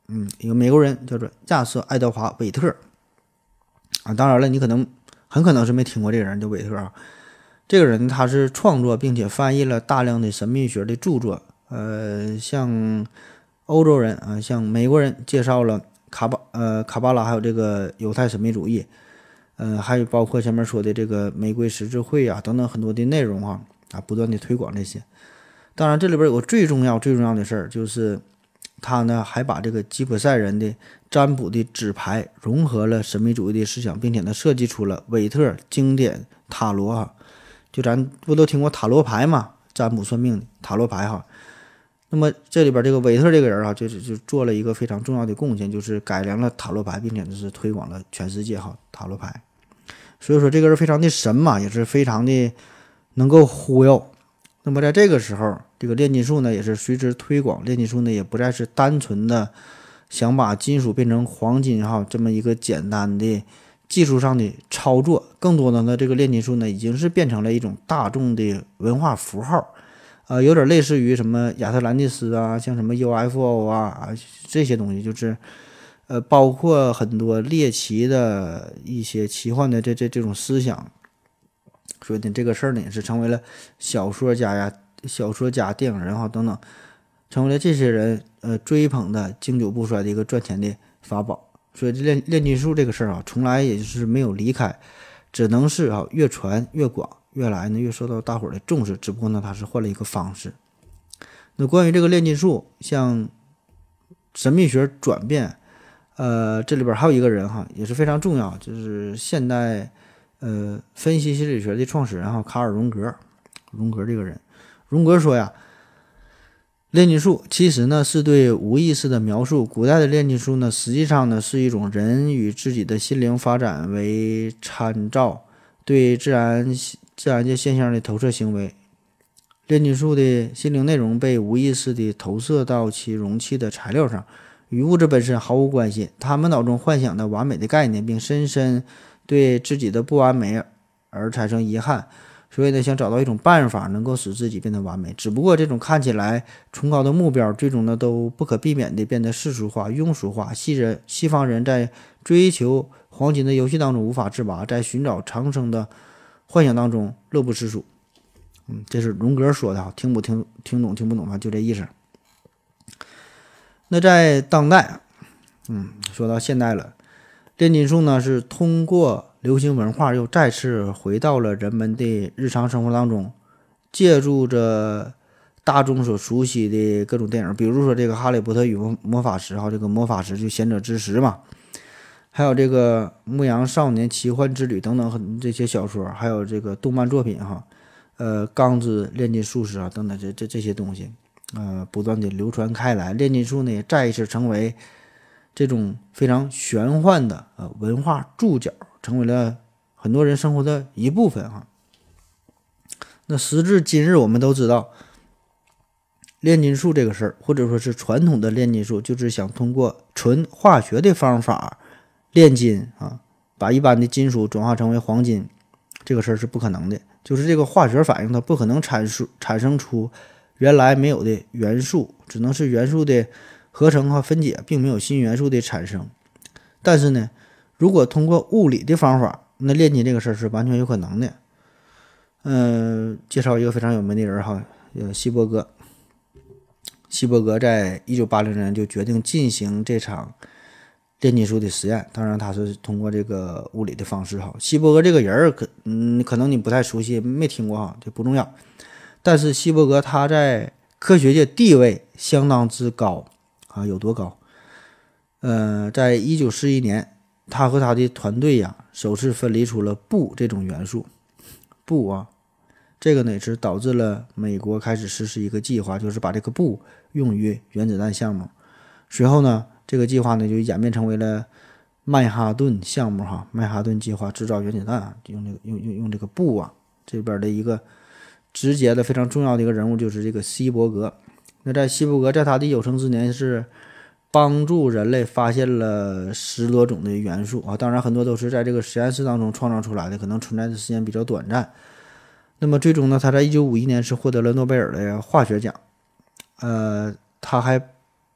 嗯，一个美国人叫做亚瑟·爱德华·韦特啊。当然了，你可能很可能是没听过这个人叫韦特啊。这个人他是创作并且翻译了大量的神秘学的著作，呃，向欧洲人啊，向美国人介绍了卡巴呃卡巴拉还有这个犹太神秘主义，呃，还有包括前面说的这个玫瑰十字会啊等等很多的内容啊啊，不断的推广这些。当然，这里边有个最重要最重要的事儿，就是他呢还把这个吉普赛人的占卜的纸牌融合了神秘主义的思想，并且呢设计出了韦特经典塔罗哈。就咱不都听过塔罗牌嘛，占卜算命的塔罗牌哈。那么这里边这个韦特这个人啊，就是就做了一个非常重要的贡献，就是改良了塔罗牌，并且就是推广了全世界哈塔罗牌。所以说这个人非常的神嘛，也是非常的能够忽悠。那么在这个时候，这个炼金术呢也是随之推广，炼金术呢也不再是单纯的想把金属变成黄金哈这么一个简单的技术上的操作，更多的呢这个炼金术呢已经是变成了一种大众的文化符号，呃，有点类似于什么亚特兰蒂斯啊，像什么 U F O 啊啊这些东西，就是呃包括很多猎奇的一些奇幻的这这这种思想。所以呢，这个事儿呢也是成为了小说家呀、小说家、电影人哈等等，成为了这些人呃追捧的经久不衰的一个赚钱的法宝。所以炼炼金术这个事儿啊，从来也就是没有离开，只能是啊越传越广，越来呢越受到大伙儿的重视。只不过呢，它是换了一个方式。那关于这个炼金术向神秘学转变，呃，这里边还有一个人哈也是非常重要，就是现代。呃，分析心理学的创始人哈，卡尔·荣格，荣格这个人，荣格说呀，炼金术其实呢是对无意识的描述。古代的炼金术呢，实际上呢是一种人与自己的心灵发展为参照，对自然自然界现象的投射行为。炼金术的心灵内容被无意识地投射到其容器的材料上，与物质本身毫无关系。他们脑中幻想的完美的概念，并深深对自己的不完美而产生遗憾，所以呢，想找到一种办法能够使自己变得完美。只不过这种看起来崇高的目标，最终呢都不可避免地变得世俗化、庸俗化。西人、西方人在追求黄金的游戏当中无法自拔，在寻找长生的幻想当中乐不思蜀。嗯，这是荣格说的，听不听听懂听不懂吧，就这意思。那在当代，嗯，说到现代了。炼金术呢是通过流行文化又再次回到了人们的日常生活当中，借助着大众所熟悉的各种电影，比如说这个《哈利波特与魔法石》哈，这个魔法石就贤者之石嘛，还有这个《牧羊少年奇幻之旅》等等很这些小说，还有这个动漫作品哈，呃，钢之炼金术士啊等等这这这些东西，呃，不断的流传开来。炼金术呢也再一次成为这种非常玄幻的呃文化注脚，成为了很多人生活的一部分哈。那时至今日，我们都知道，炼金术这个事儿，或者说是传统的炼金术，就是想通过纯化学的方法炼金啊，把一般的金属转化成为黄金，这个事儿是不可能的。就是这个化学反应，它不可能产生产生出原来没有的元素，只能是元素的合成和分解，并没有新元素的产生。但是呢，如果通过物理的方法，那炼金这个事儿是完全有可能的。嗯、呃，介绍一个非常有名的人哈，呃，希伯格。希伯格在一九八零年就决定进行这场炼金术的实验，当然他是通过这个物理的方式哈。希伯格这个人可嗯，可能你不太熟悉，没听过哈，这不重要。但是希伯格他在科学界地位相当之高。啊，有多高？呃，在一九四一年，他和他的团队呀，首次分离出了钚这种元素。钚啊，这个呢是导致了美国开始实施一个计划，就是把这个钚用于原子弹项目。随后呢，这个计划呢就演变成为了曼哈顿项目哈，曼哈顿计划制造原子弹，用这个用用用这个钚啊，这边的一个直接的非常重要的一个人物就是这个希伯格。那在希伯格在他的有生之年是帮助人类发现了十多种的元素啊，当然很多都是在这个实验室当中创造出来的，可能存在的时间比较短暂。那么最终呢，他在一九五一年是获得了诺贝尔的化学奖。呃，他还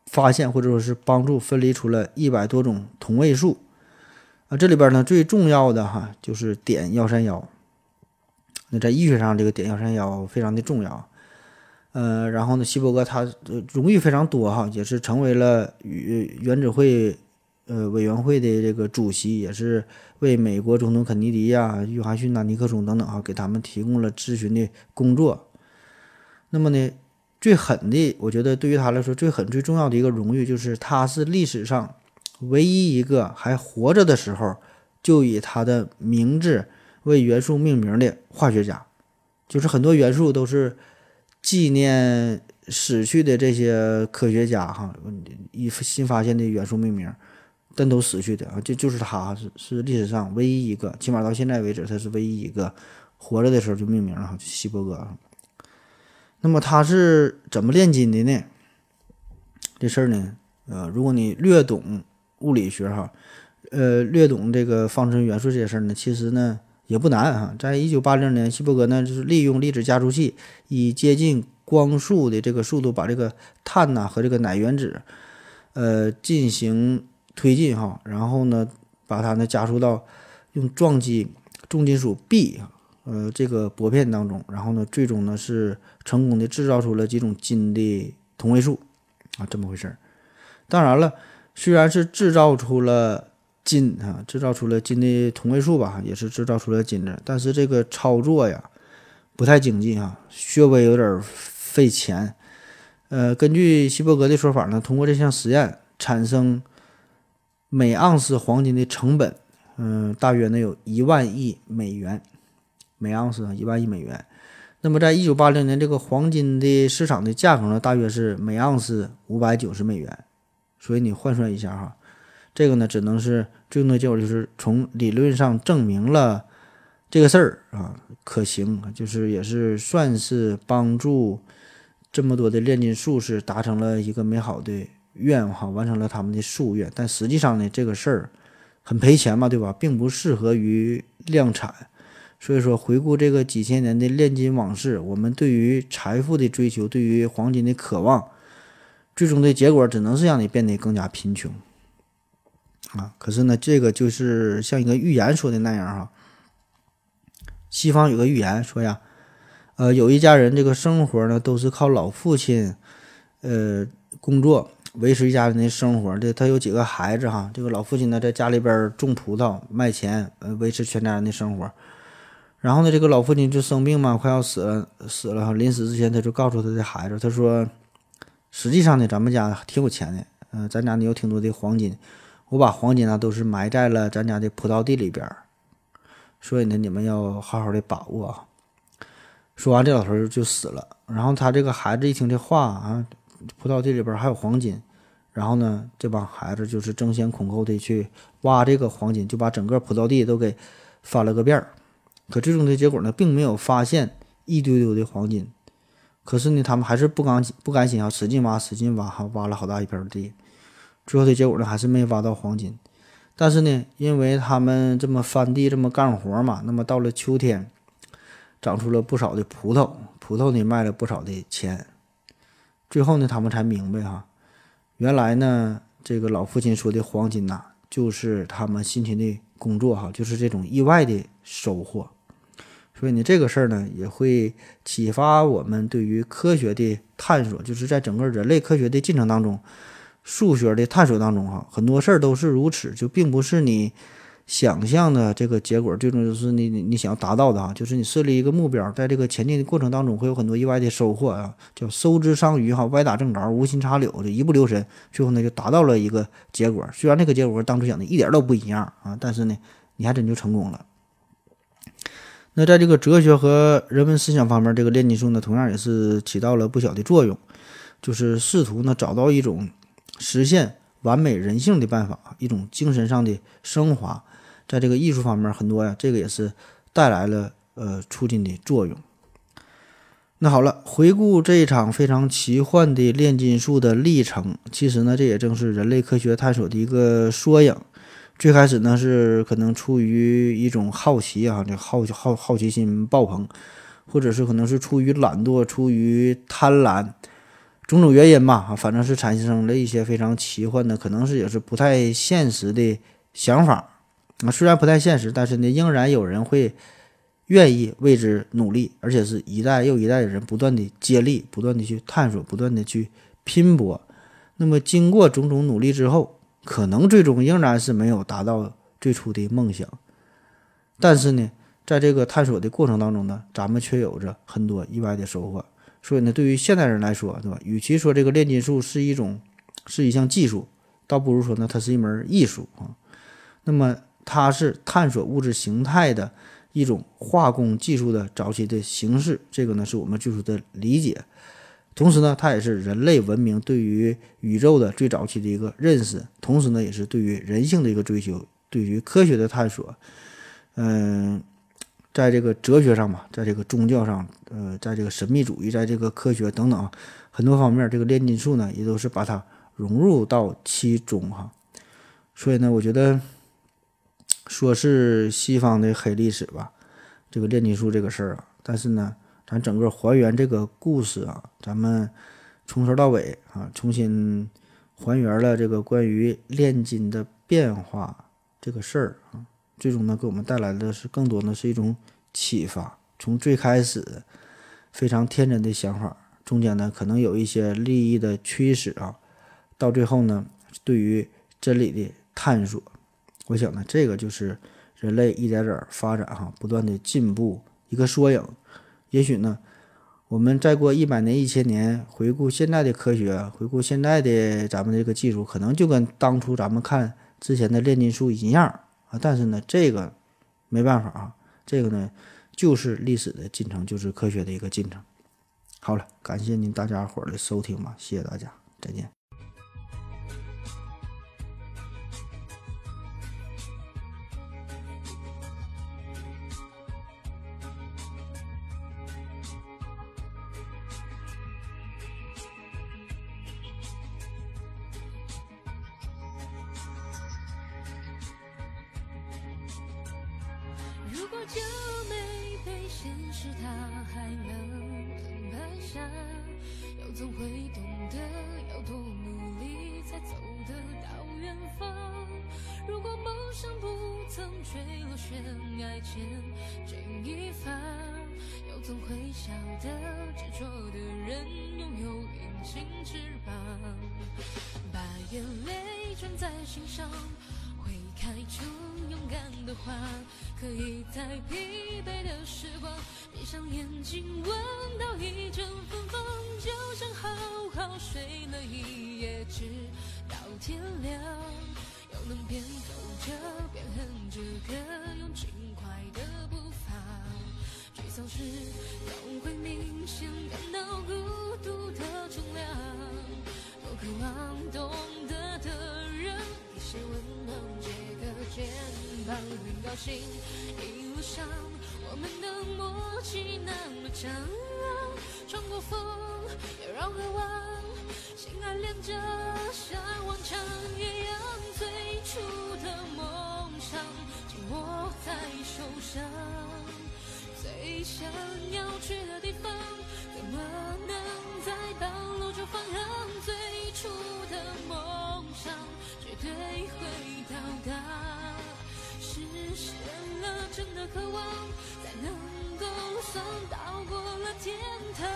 发现或者说是帮助分离出了一百多种同位素啊。这里边呢最重要的哈就是碘幺三幺。那在医学上，这个碘幺三幺非常的重要。呃，然后呢，希伯格他荣誉非常多哈，也是成为了原子会呃委员会的这个主席，也是为美国总统肯尼迪呀、约翰逊呐、尼克松等等哈，给他们提供了咨询的工作。那么呢，最狠的，我觉得对于他来说最狠、最重要的一个荣誉，就是他是历史上唯一一个还活着的时候就以他的名字为元素命名的化学家。就是很多元素都是纪念死去的这些科学家哈，以新发现的元素命名，但都死去的啊，就就是他是是历史上唯一一个，起码到现在为止，他是唯一一个活着的时候就命名了哈，希伯格。那么他是怎么炼金的呢？这事儿呢，呃，如果你略懂物理学哈，呃，略懂这个方程元素这些事儿呢，其实呢也不难哈。在一九八零年，希伯格呢就是利用粒子加速器，以接近光速的这个速度，把这个碳呐、啊、和这个氖原子，呃，进行推进哈，然后呢，把它呢加速到用撞击重金属 B。呃，这个薄片当中，然后呢，最终呢是成功的制造出了几种金的同位素啊，这么回事儿。当然了，虽然是制造出了金啊，制造出了金的同位素吧，也是制造出了金子，但是这个操作呀不太经济啊，稍微有点费钱。呃，根据希伯格的说法呢，通过这项实验产生每盎司黄金的成本，嗯、呃，大约呢有一万亿美元。每盎司一万亿美元，那么在一九八零年，这个黄金的市场的价格呢，大约是每盎司五百九十美元。所以你换算一下哈，这个呢，只能是最终的结果就是从理论上证明了这个事儿啊可行，就是也是算是帮助这么多的炼金术士达成了一个美好的愿望，完成了他们的夙愿。但实际上呢，这个事儿很赔钱嘛，对吧？并不适合于量产。所以说，回顾这个几千年的炼金往事，我们对于财富的追求，对于黄金的渴望，最终的结果只能是让你变得更加贫穷啊！可是呢，这个就是像一个预言说的那样哈。西方有个预言说呀，呃，有一家人这个生活呢都是靠老父亲，呃，工作维持一家人的生活。这他有几个孩子哈，这个老父亲呢在家里边种葡萄卖钱，呃，维持全家人的生活。然后呢，这个老父亲就生病嘛，快要死了，死了。临死之前，他就告诉他的孩子，他说：“实际上呢，咱们家挺有钱的，嗯、呃，咱家呢有挺多的黄金，我把黄金啊都是埋在了咱家的葡萄地里边，所以呢，你们要好好的把握啊。”说完，这老头就死了。然后他这个孩子一听这话啊，葡萄地里边还有黄金，然后呢，这帮孩子就是争先恐后的去挖这个黄金，就把整个葡萄地都给翻了个遍儿。可最终的结果呢，并没有发现一丢丢的黄金。可是呢，他们还是不敢不甘心啊，使劲挖，使劲挖，还挖了好大一片地。最后的结果呢，还是没挖到黄金。但是呢，因为他们这么翻地，这么干活嘛，那么到了秋天，长出了不少的葡萄，葡萄呢卖了不少的钱。最后呢，他们才明白哈，原来呢，这个老父亲说的黄金呐、啊，就是他们辛勤的工作哈，就是这种意外的收获。所以呢，这个事儿呢，也会启发我们对于科学的探索，就是在整个人类科学的进程当中，数学的探索当中哈，很多事儿都是如此，就并不是你想象的这个结果，最终就是你你你想要达到的哈，就是你设立一个目标，在这个前进的过程当中会有很多意外的收获啊，叫收之桑榆哈，歪打正着，无心插柳，就一不留神，最后呢就达到了一个结果。虽然这个结果和当初想的一点都不一样啊，但是呢，你还真就成功了。那在这个哲学和人文思想方面，这个炼金术呢，同样也是起到了不小的作用，就是试图呢找到一种实现完美人性的办法，一种精神上的升华。在这个艺术方面，很多呀，这个也是带来了呃促进的作用。那好了，回顾这一场非常奇幻的炼金术的历程，其实呢，这也正是人类科学探索的一个缩影。最开始呢，是可能出于一种好奇啊，这好好好奇心爆棚，或者是可能是出于懒惰，出于贪婪， 种种原因吧，啊，反正是产生了一些非常奇幻的，可能是也是不太现实的想法。啊，虽然不太现实，但是呢，仍然有人会愿意为之努力，而且是一代又一代的人不断的接力，不断的去探索，不断的去拼搏。那么经过种种努力之后，可能最终仍然是没有达到最初的梦想，但是呢，在这个探索的过程当中呢，咱们却有着很多意外的收获。所以呢，对于现代人来说，对吧？与其说这个炼金术是一种是一项技术，倒不如说呢，它是一门艺术啊。那么它是探索物质形态的一种化工技术的早期的形式，这个呢是我们最初的理解。同时呢，它也是人类文明对于宇宙的最早期的一个认识，同时呢，也是对于人性的一个追求，对于科学的探索。嗯，在这个哲学上嘛，在这个宗教上，呃，在这个神秘主义，在这个科学等等很多方面，这个炼金术呢，也都是把它融入到其中哈。所以呢，我觉得说是西方的黑历史吧，这个炼金术这个事儿啊，但是呢，咱整个还原这个故事啊，咱们从头到尾啊，重新还原了这个关于炼金的变化这个事儿啊，最终呢，给我们带来的是更多的是一种启发。从最开始非常天真的想法，中间呢可能有一些利益的驱使啊，到最后呢，对于真理的探索。我想呢，这个就是人类一点点发展哈，不断的进步一个缩影。也许呢，我们再过一百年、一千年，回顾现在的科学，回顾现在的咱们这个技术，可能就跟当初咱们看之前的炼金术一样啊。但是呢，这个没办法啊，这个呢就是历史的进程，就是科学的一个进程。好了，感谢您大家伙儿的收听吧，谢谢大家，再见。 如果就没被现实它还能拍下，又总会懂得要多努力才走得到远方。如果梦想不曾坠落悬崖前牵一发，又总会晓得执着的人拥有隐形翅膀，把眼泪装在心上，会开出勇敢的花，可以在疲惫的时光闭上眼睛闻到一阵芬芳，就像好好睡了一夜直到天亮，又能边走着边哼着歌，用轻快的步伐，沮丧时总会明显感到孤独的重量，多渴望懂得的人一些温暖这个肩膀，很高兴一路上我们的默契那么长，穿过风也让渴望心爱连着，像往常一样，最初的梦想紧握在手上，最想要去的地方怎么能在道路中放任，最初的梦想绝对会到达，实现了真的渴望，才能够算到过了天堂。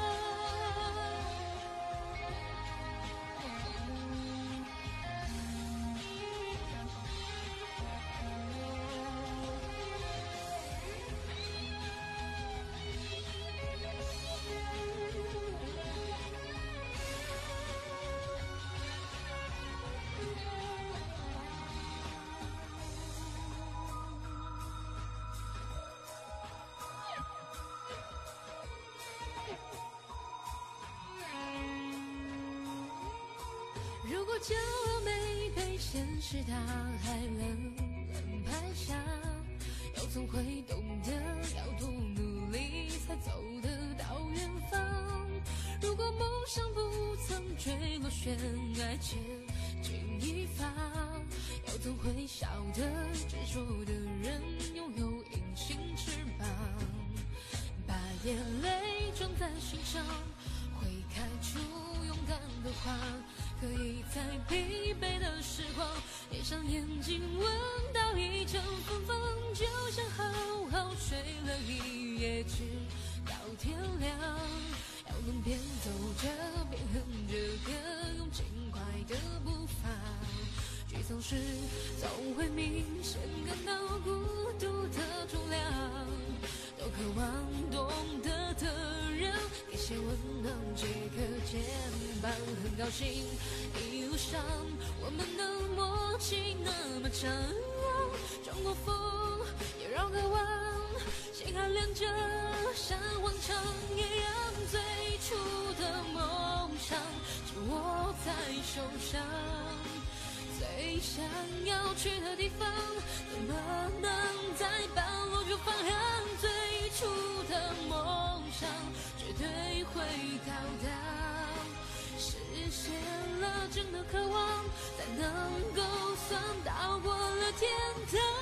如果骄傲没被现实它还冷冷拍下，又总会懂得要多努力才走得到远方。如果梦想不曾坠落悬崖前牵一发，又总会晓得执着的人拥有隐形翅膀，把眼泪装在心上，会开出的话，可以在疲惫的时光，闭上眼睛闻到一阵芬芳，就像好好睡了一夜，直到天亮。要能边走着边哼着歌，用轻快的步伐，沮丧时总会明显感到孤独的重量。都渴望懂得的人给些温暖，这个肩膀。很高兴一路上我们的默契那么长，撞过风也让渴望心还连着，像往常一样，最初的梦想就握在手上。最想要去的地方，怎么能在半路就放향？最初的梦想绝对会到达，实现了真的渴望，才能够算到过了天堂。